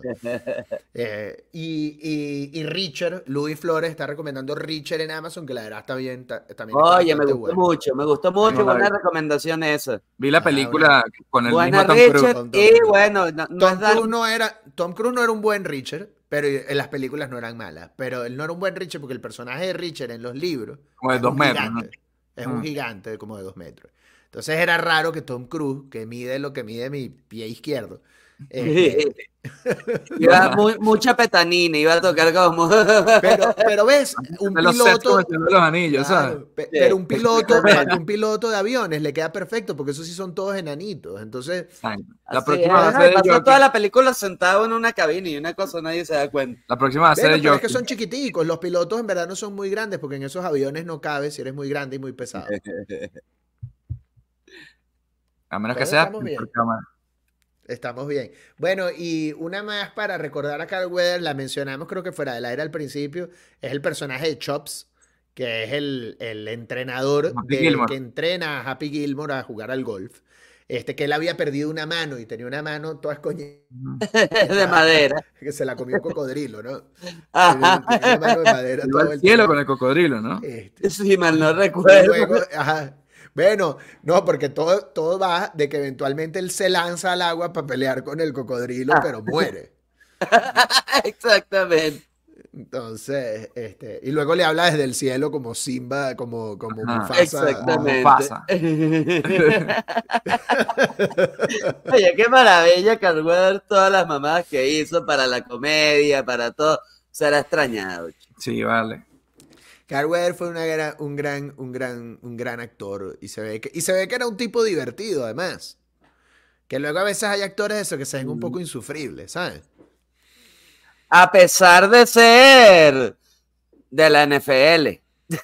Eh, y, y, y Richard, Luis Flores está recomendando Richard en Amazon, que la verdad está bien. ta- también está Oye, me bastante gustó bueno. mucho, me gustó mucho. No la Buena vi. recomendación esa. Vi la Ah, película con el Buena mismo Tom Cruise. Richard. Con Tom Y Cruise. bueno, no, no Tom es dar- Cruise no era, Tom Cruise no era un buen Richard, pero en las películas no eran malas. Pero él no era un buen Richard porque el personaje de Richard en los libros Como de es dos un metros, gigante. Es un Mm. gigante de como de dos metros. Entonces era raro que Tom Cruise, que mide lo que mide mi pie izquierdo, este, Iba mu- mucha petanina, iba a tocar como. pero, pero ves, un De los sets como piloto, el Señor de los Anillos, ¿sabes? claro, pe- pero un piloto, para un piloto de aviones le queda perfecto porque esos sí son todos enanitos. Entonces, Exacto. La Así próxima va a es, ser de pasó Joker. toda la película sentado en una cabina y una cosa nadie se da cuenta. La próxima va a ser bueno, de pero es que Joker. son chiquiticos. Los pilotos en verdad no son muy grandes porque en esos aviones no cabe si eres muy grande y muy pesado. A menos que Todos sea estamos bien. por cámara. Estamos bien. Bueno, y una más para recordar a Carl Weathers, la mencionamos creo que fuera del aire al principio, es el personaje de Chops, que es el, el entrenador Happy de- Gilmore. que entrena a Happy Gilmore a jugar al golf. Este, que él había perdido una mano y tenía una mano toda escoñida, Ujú. De madera. que se la comió un cocodrilo, ¿no? Ajá. Tenía una mano de madera Iba todo al el cielo tiempo. con el cocodrilo, ¿no? Este, Si mal no y recuerdo. luego, ajá. Bueno, no, porque todo, todo va de que eventualmente él se lanza al agua para pelear con el cocodrilo, pero muere. Exactamente. Entonces, este, y luego le habla desde el cielo como Simba, como, como Ajá. Mufasa. Exactamente. Mufasa. Oye, qué maravilla Carl Weathers, todas las mamadas que hizo para la comedia, para todo. Será extrañado. Sí, vale. Carl Weathers fue una gra- un gran, un gran, un gran actor y se ve que, y se ve que era un tipo divertido, además. Que luego a veces hay actores de eso que se ven un poco insufribles, ¿sabes? A pesar de ser de la N F L.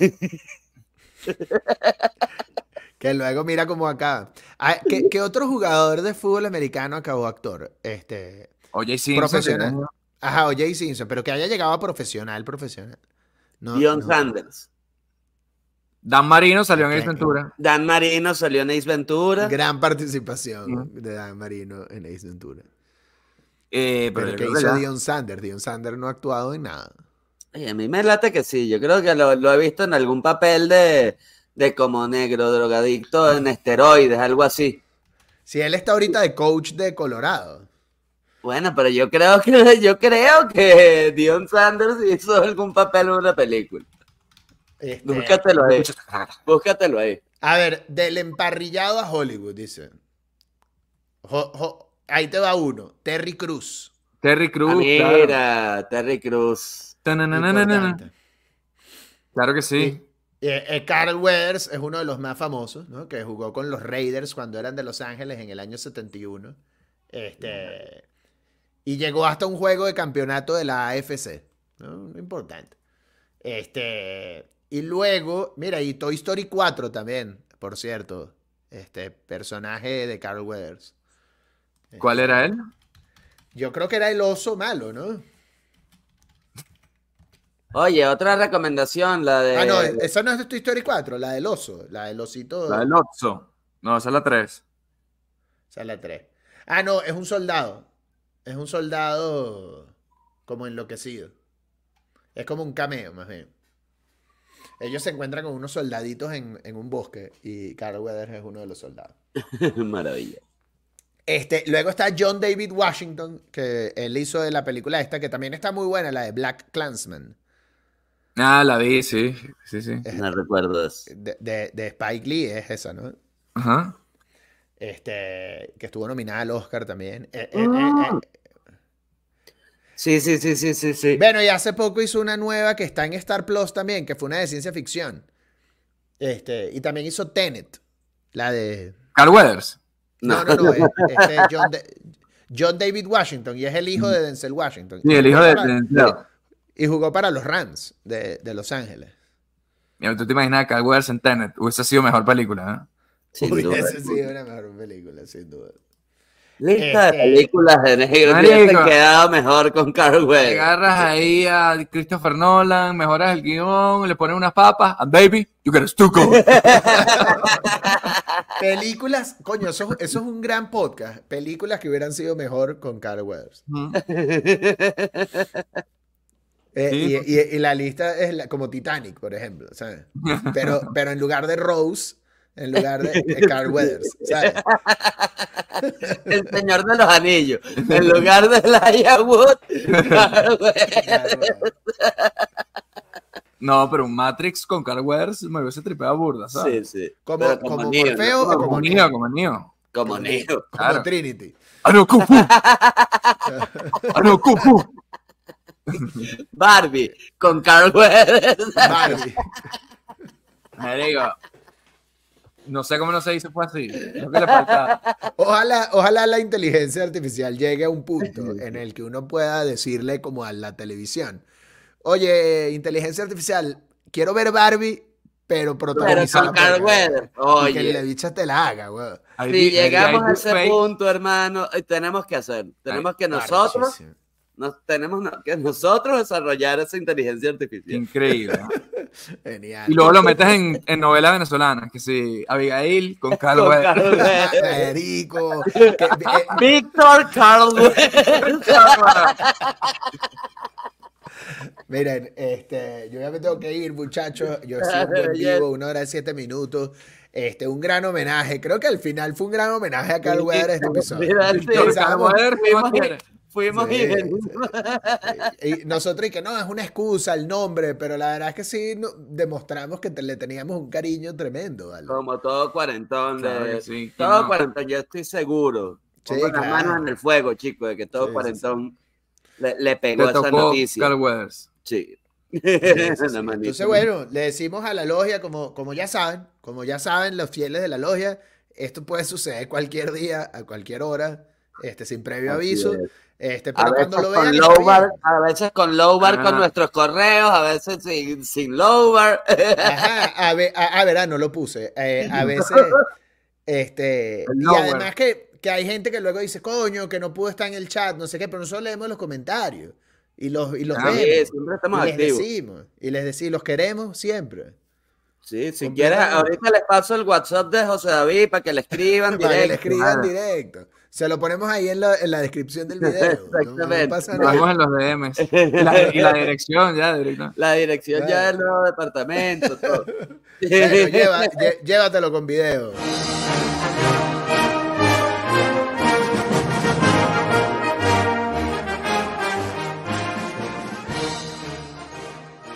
Que luego mira cómo acaba. Ah, ¿Qué, qué otro jugador de fútbol americano acabó actor? Este, O J. Simpson. profesional. que- Ajá, O J. Simpson, pero que haya llegado a profesional, profesional. No, Dion no. Sanders. Dan Marino salió en Ok. Ace Ventura. Dan Marino salió en Ace Ventura. Gran participación Ujú. de Dan Marino en Ace Ventura. Eh, pero Pero yo que creo que hizo ya- Dion Sanders. Dion Sanders no ha actuado en nada. Oye, a mí me late que sí. Yo creo que lo, lo he visto en algún papel de, de como negro, drogadicto en esteroides, algo así. Si él está ahorita de coach de Colorado. Bueno, pero yo creo que yo creo que Dion Sanders hizo algún papel en una película. Este, Búscatelo ahí. Búscatelo ahí. a ver, del emparrillado a Hollywood, dice. Jo- jo- ahí te va uno. Terry Cruz. Terry Cruz, Ah, claro. mira, Terry Cruz. Tananana. Importante. Claro que sí. Eh, eh, Carl Weathers es uno de los más famosos, ¿no? Que jugó con los Raiders cuando eran de Los Ángeles en el año setenta y uno. Este, Y llegó hasta un juego de campeonato de la A F C. ¿No? Importante. Este, y luego, mira, y Toy Story cuatro también, por cierto. Este personaje de Carl Weathers. ¿Cuál era él? Yo creo que era el oso malo, ¿no? Oye, otra recomendación, la de... Ah, no, esa no es de Toy Story cuatro, la del oso, la del osito. La del Otso. No, esa es la tres. Esa es la tres. Ah, no, es un soldado. Es un soldado como enloquecido. Es como un cameo, más bien. Ellos se encuentran con unos soldaditos en, en un bosque y Carl Weathers es uno de los soldados. Maravilla. Este, luego está John David Washington, que él hizo de la película esta, que también está muy buena, la de Black Klansman. Ah, la vi, sí. Sí, sí. No recuerdo eso. De, de, de Spike Lee es esa, ¿no? Ajá. Este, que estuvo nominada al Oscar también. Eh, eh, Ah. eh, eh. Sí, sí, sí, sí, sí, sí. Bueno, y hace poco hizo una nueva que está en Star Plus también, que fue una de ciencia ficción. Este, y también hizo Tenet, la de... Carl Weathers. No, no, no, es- este es John, Da- John David Washington, y es el hijo de Denzel Washington. Sí, el Y hijo jugó de... para- de- Y jugó para los Rams de, de Los Ángeles. Mira, tú te imaginas que Carl Weathers en Tenet hubiese sido mejor película, ¿eh? Sin duda. Hubiese sido una mejor película, sin duda. Lista Este- de películas de negro Marico. hubiesen quedado mejor con Carl Weathers. Agarras ahí a Christopher Nolan, mejoras el guión, le pones unas papas, and baby, you get a stuco. Películas, coño, eso, eso es un gran podcast. Películas que hubieran sido mejor con Carl Weathers. Ujú. Eh, Sí, y, y- y la lista es la- como Titanic, por ejemplo, ¿sabes? Pero, pero en lugar de Rose, en lugar de, de Carl Weathers, ¿sabes? El Señor de los Anillos. En lugar de Elijah Wood, Carl Weathers. Carl Weathers. No, pero un Matrix con Carl Weathers me hubiese tripeado burda, Sí, ¿sabes? sí. Como, Pero como Neo, Morfeo ¿no? o como Como Neo. Neo, como Neo. Como Neo. Como Claro. Trinity. ¡Ah, no, Kung Fu! ¡Ah, no, Kung Fu! Barbie con Carl Weathers. Barbie. Marico, no sé cómo no se hizo, fue así. Lo que le faltaba. Ojalá, ojalá la inteligencia artificial llegue a un punto en el que uno pueda decirle como a la televisión, oye, inteligencia artificial, quiero ver Barbie, pero Pero protagonizada con por Carl Weathers. Y que la Oye, bicha te la haga, güey. Ahí si vi- llegamos ahí a vi ese fake. punto, hermano, eh, tenemos que hacer. Tenemos que nosotros, Arrechísimo. nos, tenemos no- que nosotros desarrollar esa inteligencia artificial. Increíble. Genial. Y luego lo metes en, en novelas venezolanas, que sí, Abigail con Carl Con Weathers. Carl Weathers. Marico. Que- eh, Víctor Carl Weathers. Miren, este, yo ya me tengo que ir, muchachos. Yo siempre en vivo, una hora y siete minutos. Este, un gran homenaje. Creo que al final fue un gran homenaje a Carl Weathers este episodio. Mira, sí, Víctor Carl Pensábamos- Weathers, ¿qué más fuimos, quieres? fuimos Sí, y venimos. Y nosotros, y que no, es una excusa el nombre, pero la verdad es que sí no- demostramos que te- le teníamos un cariño tremendo, ¿vale? Como todo cuarentón. Claro De, que sí, todo ¿quién no? cuarentón, yo estoy seguro. Sí, Pongo las claro. manos en el fuego, chicos, de que todo Sí, sí, cuarentón le, le pegó Te esa tocó noticia. Carl Weathers. Sí. Sí, sí, sí. La manita. Entonces, bueno, le decimos a la logia, como, como ya saben, como ya saben los fieles de la logia, esto puede suceder cualquier día, a cualquier hora, este, sin previo Así aviso. es. Este, A pero veces, cuando lo con vean, low está bar, bien. a veces con low bar Ah. con nuestros correos, a veces sin, sin low bar. Ajá, a ver, a, a ver, ah, no lo puse. Eh, a veces, este, El y lower. además que, que hay gente que luego dice, coño, que no pudo estar en el chat, no sé qué, pero nosotros leemos los comentarios y los, y los Ah, Sí, vemos. siempre Y estamos les activos. decimos, y les decimos, los queremos siempre. Sí, si Completamente. quieres, ahorita les paso el WhatsApp de José David para que le escriban Para que le directo. escriban claro. directo. Se lo ponemos ahí en la, en la descripción del video. No- no, Exactamente. pasa Lo nada. vemos en los D Ms. Y la, y la dirección ya, directo. La dirección ya Claro. del nuevo departamento, todo. Bueno, lleva- lle- llévatelo con video.